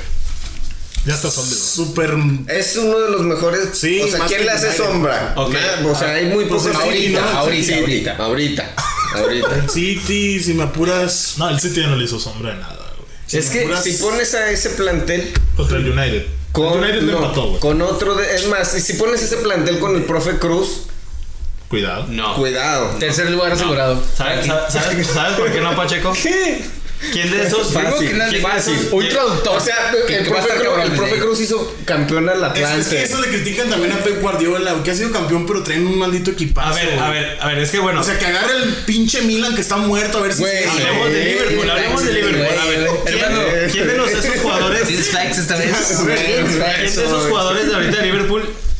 Ya está sólido. Súper. Es uno de los mejores. Sí, o sea, más ¿quién que le hace United. sombra? Ok. Nada, o sea, hay muy Pues pocos. el City, ahorita, ¿no? ahorita, Sí, ahorita. ahorita, ahorita. El City, si me apuras. No, el City ya no le hizo sombra de nada, güey. Es que si pones a ese plantel Contra el United. con, el United le no, empató, güey. con otro de, es más, y si pones ese plantel con el profe Cruz, Cuidado. No. cuidado. Tercer lugar asegurado. ¿Sabes, sabes, sabes- sabes por qué no, Pacheco? ¿Qué? ¿Quién de esos? Primero que nada, ¿Quién de fácil. esos- Un traductor. O sea, Que- el que va a profe, estar Cruz, cabrón, el profe ¿eh? Cruz hizo campeón al Es, es que Atlante. eso le critican también a Pep Guardiola, que ha sido campeón, pero traen un maldito equipazo. A ver, a güey. ver, a ver, es que bueno. O sea, que agarra el pinche Milan que está muerto a ver si Güey, se- hablemos de Liverpool, hablemos de Liverpool. A ver, ¿quién, Hermano. ¿quién de los esos jugadores? ¿Tienes facts esta vez? ¿Quién de esos jugadores de ahorita de Liverpool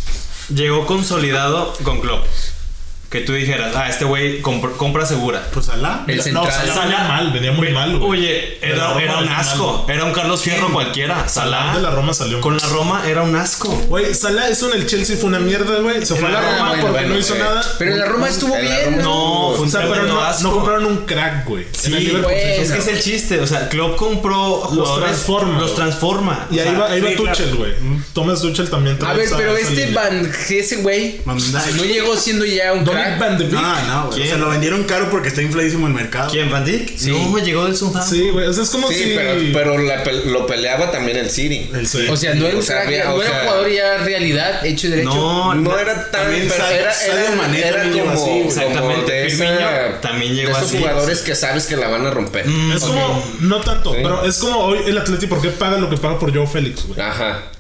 llegó consolidado con Klopp? Que tú dijeras, ah, este güey compr- compra segura. Pues Alá. El No, central. Salah venía mal, venía muy mal, güey. Oye, De la era, Roma era un venía asco. mal. Era un Carlos Fierro cualquiera. Salah De la Roma salió con mal. la Roma era un asco. Güey, Salah eso en el Chelsea fue una mierda, güey. Se fue a la Ah, Roma bueno, porque bueno, no hizo güey. nada. Pero en la Roma estuvo En la bien. Roma No, fue O un sea, pero tremendo no, asco. no compraron un crack, güey. Sí, En el Liverpool güey, se hizo Es que es crack. el chiste, o sea, Klopp compró jugadores, transforma, los güey. transforma. Y O ahí sea, va, ahí va sí, Tuchel, claro. güey. Thomas Tuchel también trae A ver, esa- pero esa este línea. Van ese güey Van Dijk. no llegó siendo ya un Dominic crack. Van de Beek. No, no, güey. ¿Quién? Se lo vendieron caro porque está infladísimo el mercado. ¿Quién, Van Dijk? No, llegó del Southampton. Sí, güey. O sea, es como Sí, si. pero, pero la pe- lo peleaba también el City. El Sí. O sea, no era un O sea, crack, había- no o era un sea- jugador ya realidad, hecho y derecho. No, No era tan. también pero Sa- era, Sadio era, Mané era también llegó como, así, güey. Exactamente. como de, Firmino esa- también llegó de esos así. jugadores que sabes que la van a romper. Es como, no tanto, Sí. pero es como hoy el Atleti, ¿por qué paga lo que paga por Joe Félix, güey? Ajá.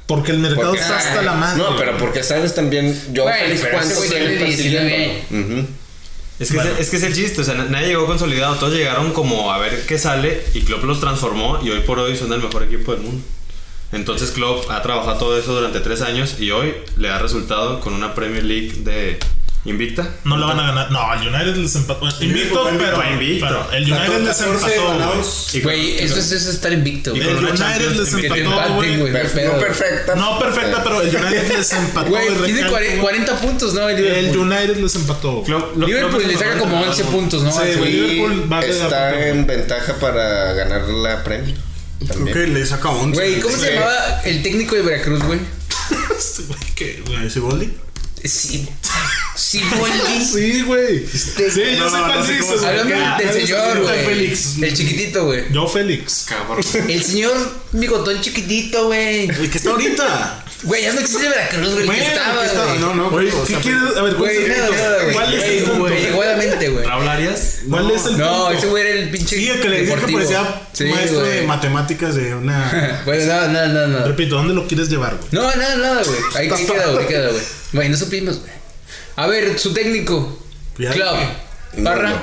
Porque el mercado Porque- está hasta la madre. No, pero porque sabes también, yo Güey, Félix, pero ese cuánto güey tiene tiempo diecinueve. siguiéndolo. Ujú. Es que, Bueno. es, es que es el chiste, o sea, nadie llegó consolidado, todos llegaron como a ver qué sale y Klopp los transformó y hoy por hoy son el mejor equipo del mundo. Entonces Klopp ha trabajado todo eso durante tres años y hoy le ha resultado con una Premier League de invicta. No le van a ganar. No, al United les empató. Invicto, pero, invicto. pero el United les catorce empató. güey. ganados. Y con- Güey, eso es, eso es estar invicto, y güey. El con una United Champions les en- Que te empató, empaten, güey. güey. Per- pedo. no perfecta. No perfecta, pero el United les empató. Güey, y tiene recalco, cuarenta, güey. cuarenta puntos, ¿no? El El Liverpool. United les empató. Klopp- lo- Liverpool Klopp le es saca el como mejor once del mundo. puntos, ¿no? Sí, Así. güey, Liverpool va a quedar Está campeón. en ventaja para ganar la Premier. Creo También. que le saca once. Güey, ¿cómo se Sí. llamaba el técnico de Veracruz, güey? Este güey, ¿qué, güey? ¿Ese Boldi? Sí. Sí, Boldi. Sí, güey. Sí, yo No, sé no, cuál no sé dices, cómo se güey. Hablando llama. del Ah, señor, el güey. Félix. El chiquitito, güey. Yo, Félix. Cabrón. El señor bigotón chiquitito, güey. El que está ahorita. Güey, ya no existe Veracruz, güey. El Bueno, que estaba, el que estaba- güey. no, no, Güey, o ¿qué sea, quieres? A ver, ¿cuál Güey, es el nada, punto? nada, güey. ¿Cuál es el Güey, punto? güey, llegó a la mente, güey. Raúl Arias. ¿Cuál es el No, punto? ese güey era el pinche. Sí, el que le dije que deportivo. parecía Sí, maestro güey. de matemáticas de una. Bueno, no, no, no, no. Repito, ¿dónde lo quieres llevar, güey? No, nada, nada, güey. Ahí ahí queda, güey, ahí queda, güey. Güey, no supimos, güey. A ver, su técnico. Ya. Club. Barra.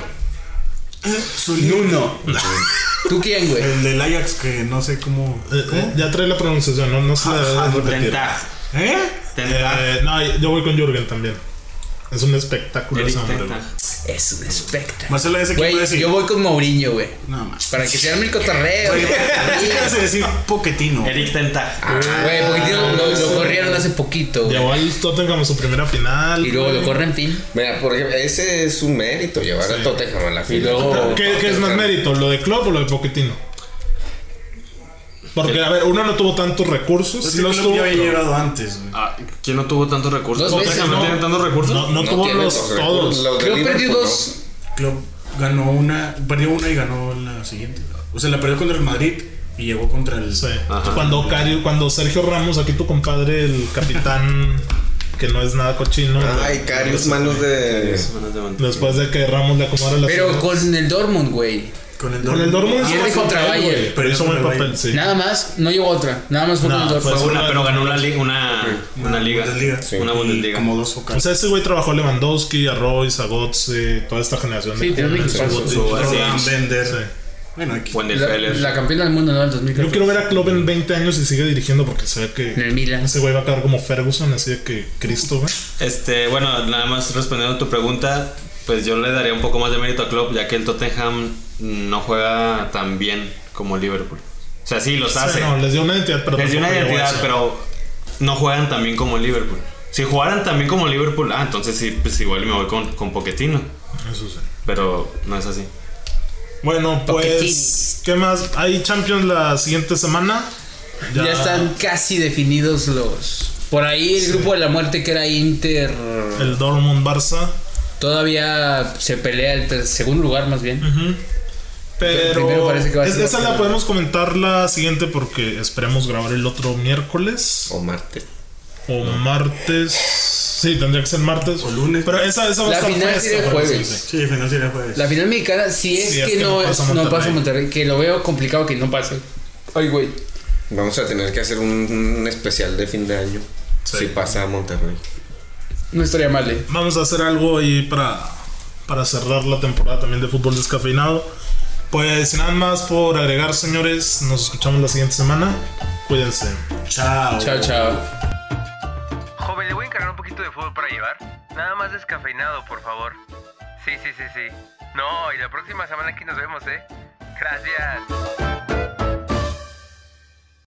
Nuno. ¿Tú quién, güey? El del Ajax que no sé cómo. Eh, eh, ya trae la pronunciación, no, no se la debe Ah, repetir. Ten Hag. ¿Eh? Ten Hag. Eh, no, yo voy con Jürgen también. Es un espectáculo Eric ese hombre, Ten güey. Hag. Es un espectro. Marcelo, ese que Güey, iba a decir. yo voy con Mourinho, güey. No más. Para que se arme el cotorreo. Güey, güey. ¿qué quieres decir? Poquetino. Eric Ten Hag. Güey, porque tío, lo, lo corrieron hace poquito, güey. Llevó al Tottenham a su primera final. Y luego güey. lo corren, fin. Mira, por ejemplo, ese es un mérito, llevar a Tottenham a la final. luego- ¿Qué, qué es más mérito? ¿Lo de Klopp o lo de Pochettino? Porque, a ver, uno no tuvo tantos recursos. Ese Sí los club tuvo, ya había pero- llegado antes, güey. Ah, ¿quién no tuvo tantos recursos? Dos veces, Tottenham no ¿no? tiene tantos recursos. No, no, No tuvo tiene los los todos. recursos, los de Creo que perdió Liverpool, dos. Club ganó una, perdió una y ganó la siguiente. O sea, la perdió contra el Madrid y llegó contra el. Sí. Ajá. Cuando, Cari- cuando Sergio Ramos, aquí tu compadre, el capitán, que no es nada cochino. ¿no? Ay, güey, Carius, manos de. Semanas de mantener. Después de que Ramos le acomodara la Pero ciudad. con el Dortmund, güey. Con el Con el Dortmund hizo Pierde buen contra papel, Bayern. güey, pero hizo buen Contra el papel, Bayern. sí. Nada más, no llegó otra. Nada más fue No, con el Dortmund. fue Fue una, pero ganó una, li- una, una liga. Bundesliga. Sí. Una Y Bundesliga. como dos O focales. sea, ese güey trabajó a Lewandowski, a Royce, a Götze, toda esta generación Sí, de tiene un jóvenes. equipazo. Sí. Su- así. Roland Bender. Sí. Bueno, aquí. La, Wendelfeller. la campeona del mundo, ¿no? El dos mil Yo catorce. quiero ver a Klopp en veinte años y sigue dirigiendo porque se ve En que el Milan. ese güey va a quedar como Ferguson, así de que Cristo, güey. Este, bueno, nada más respondiendo a tu pregunta, pues yo le daría un poco más de mérito a Klopp, ya que el Tottenham no juega tan bien como Liverpool. O sea, sí, los Sí, hace. no, les dio una identidad, pero Les dio una tampoco llegó a identidad, eso. pero no juegan tan bien como Liverpool. Si jugaran tan bien como Liverpool, ah, entonces sí, pues igual me voy con, con Pochettino. Eso sí. Pero no es así. Bueno, pues, ¿qué más? Hay Champions la siguiente semana. Ya. están casi definidos los. Por ahí el grupo de la muerte que era Inter. El Dortmund Barça. Todavía se pelea el ter- segundo lugar, más bien. Ujú. Pero Primero parece que va a es- ser esa la Barcelona. podemos comentar la siguiente porque esperemos grabar el otro miércoles O martes. o martes. Sí, tendría que ser martes O lunes. Pero esa, esa va La a estar final fresca, sería el pero jueves. sí, sí. Sí, final sería jueves. La final mexicana, si es, Sí, es que, que no, no pasa es- no Monterrey. pasa Monterrey, que lo veo complicado que no pase. Ay, güey. Vamos a tener que hacer un, un especial de fin de año. Sí. Si pasa a Monterrey. No estaría mal, eh. Vamos a hacer algo ahí para, para cerrar la temporada también de fútbol descafeinado. Pues sin nada más por agregar, señores, nos escuchamos la siguiente semana. Cuídense. Chao. Chao, chao. Joven, ¿le voy a encargar un poquito de fútbol para llevar? Nada más descafeinado, por favor. Sí, sí, sí, sí. No, y la próxima semana aquí nos vemos, ¿eh? Gracias.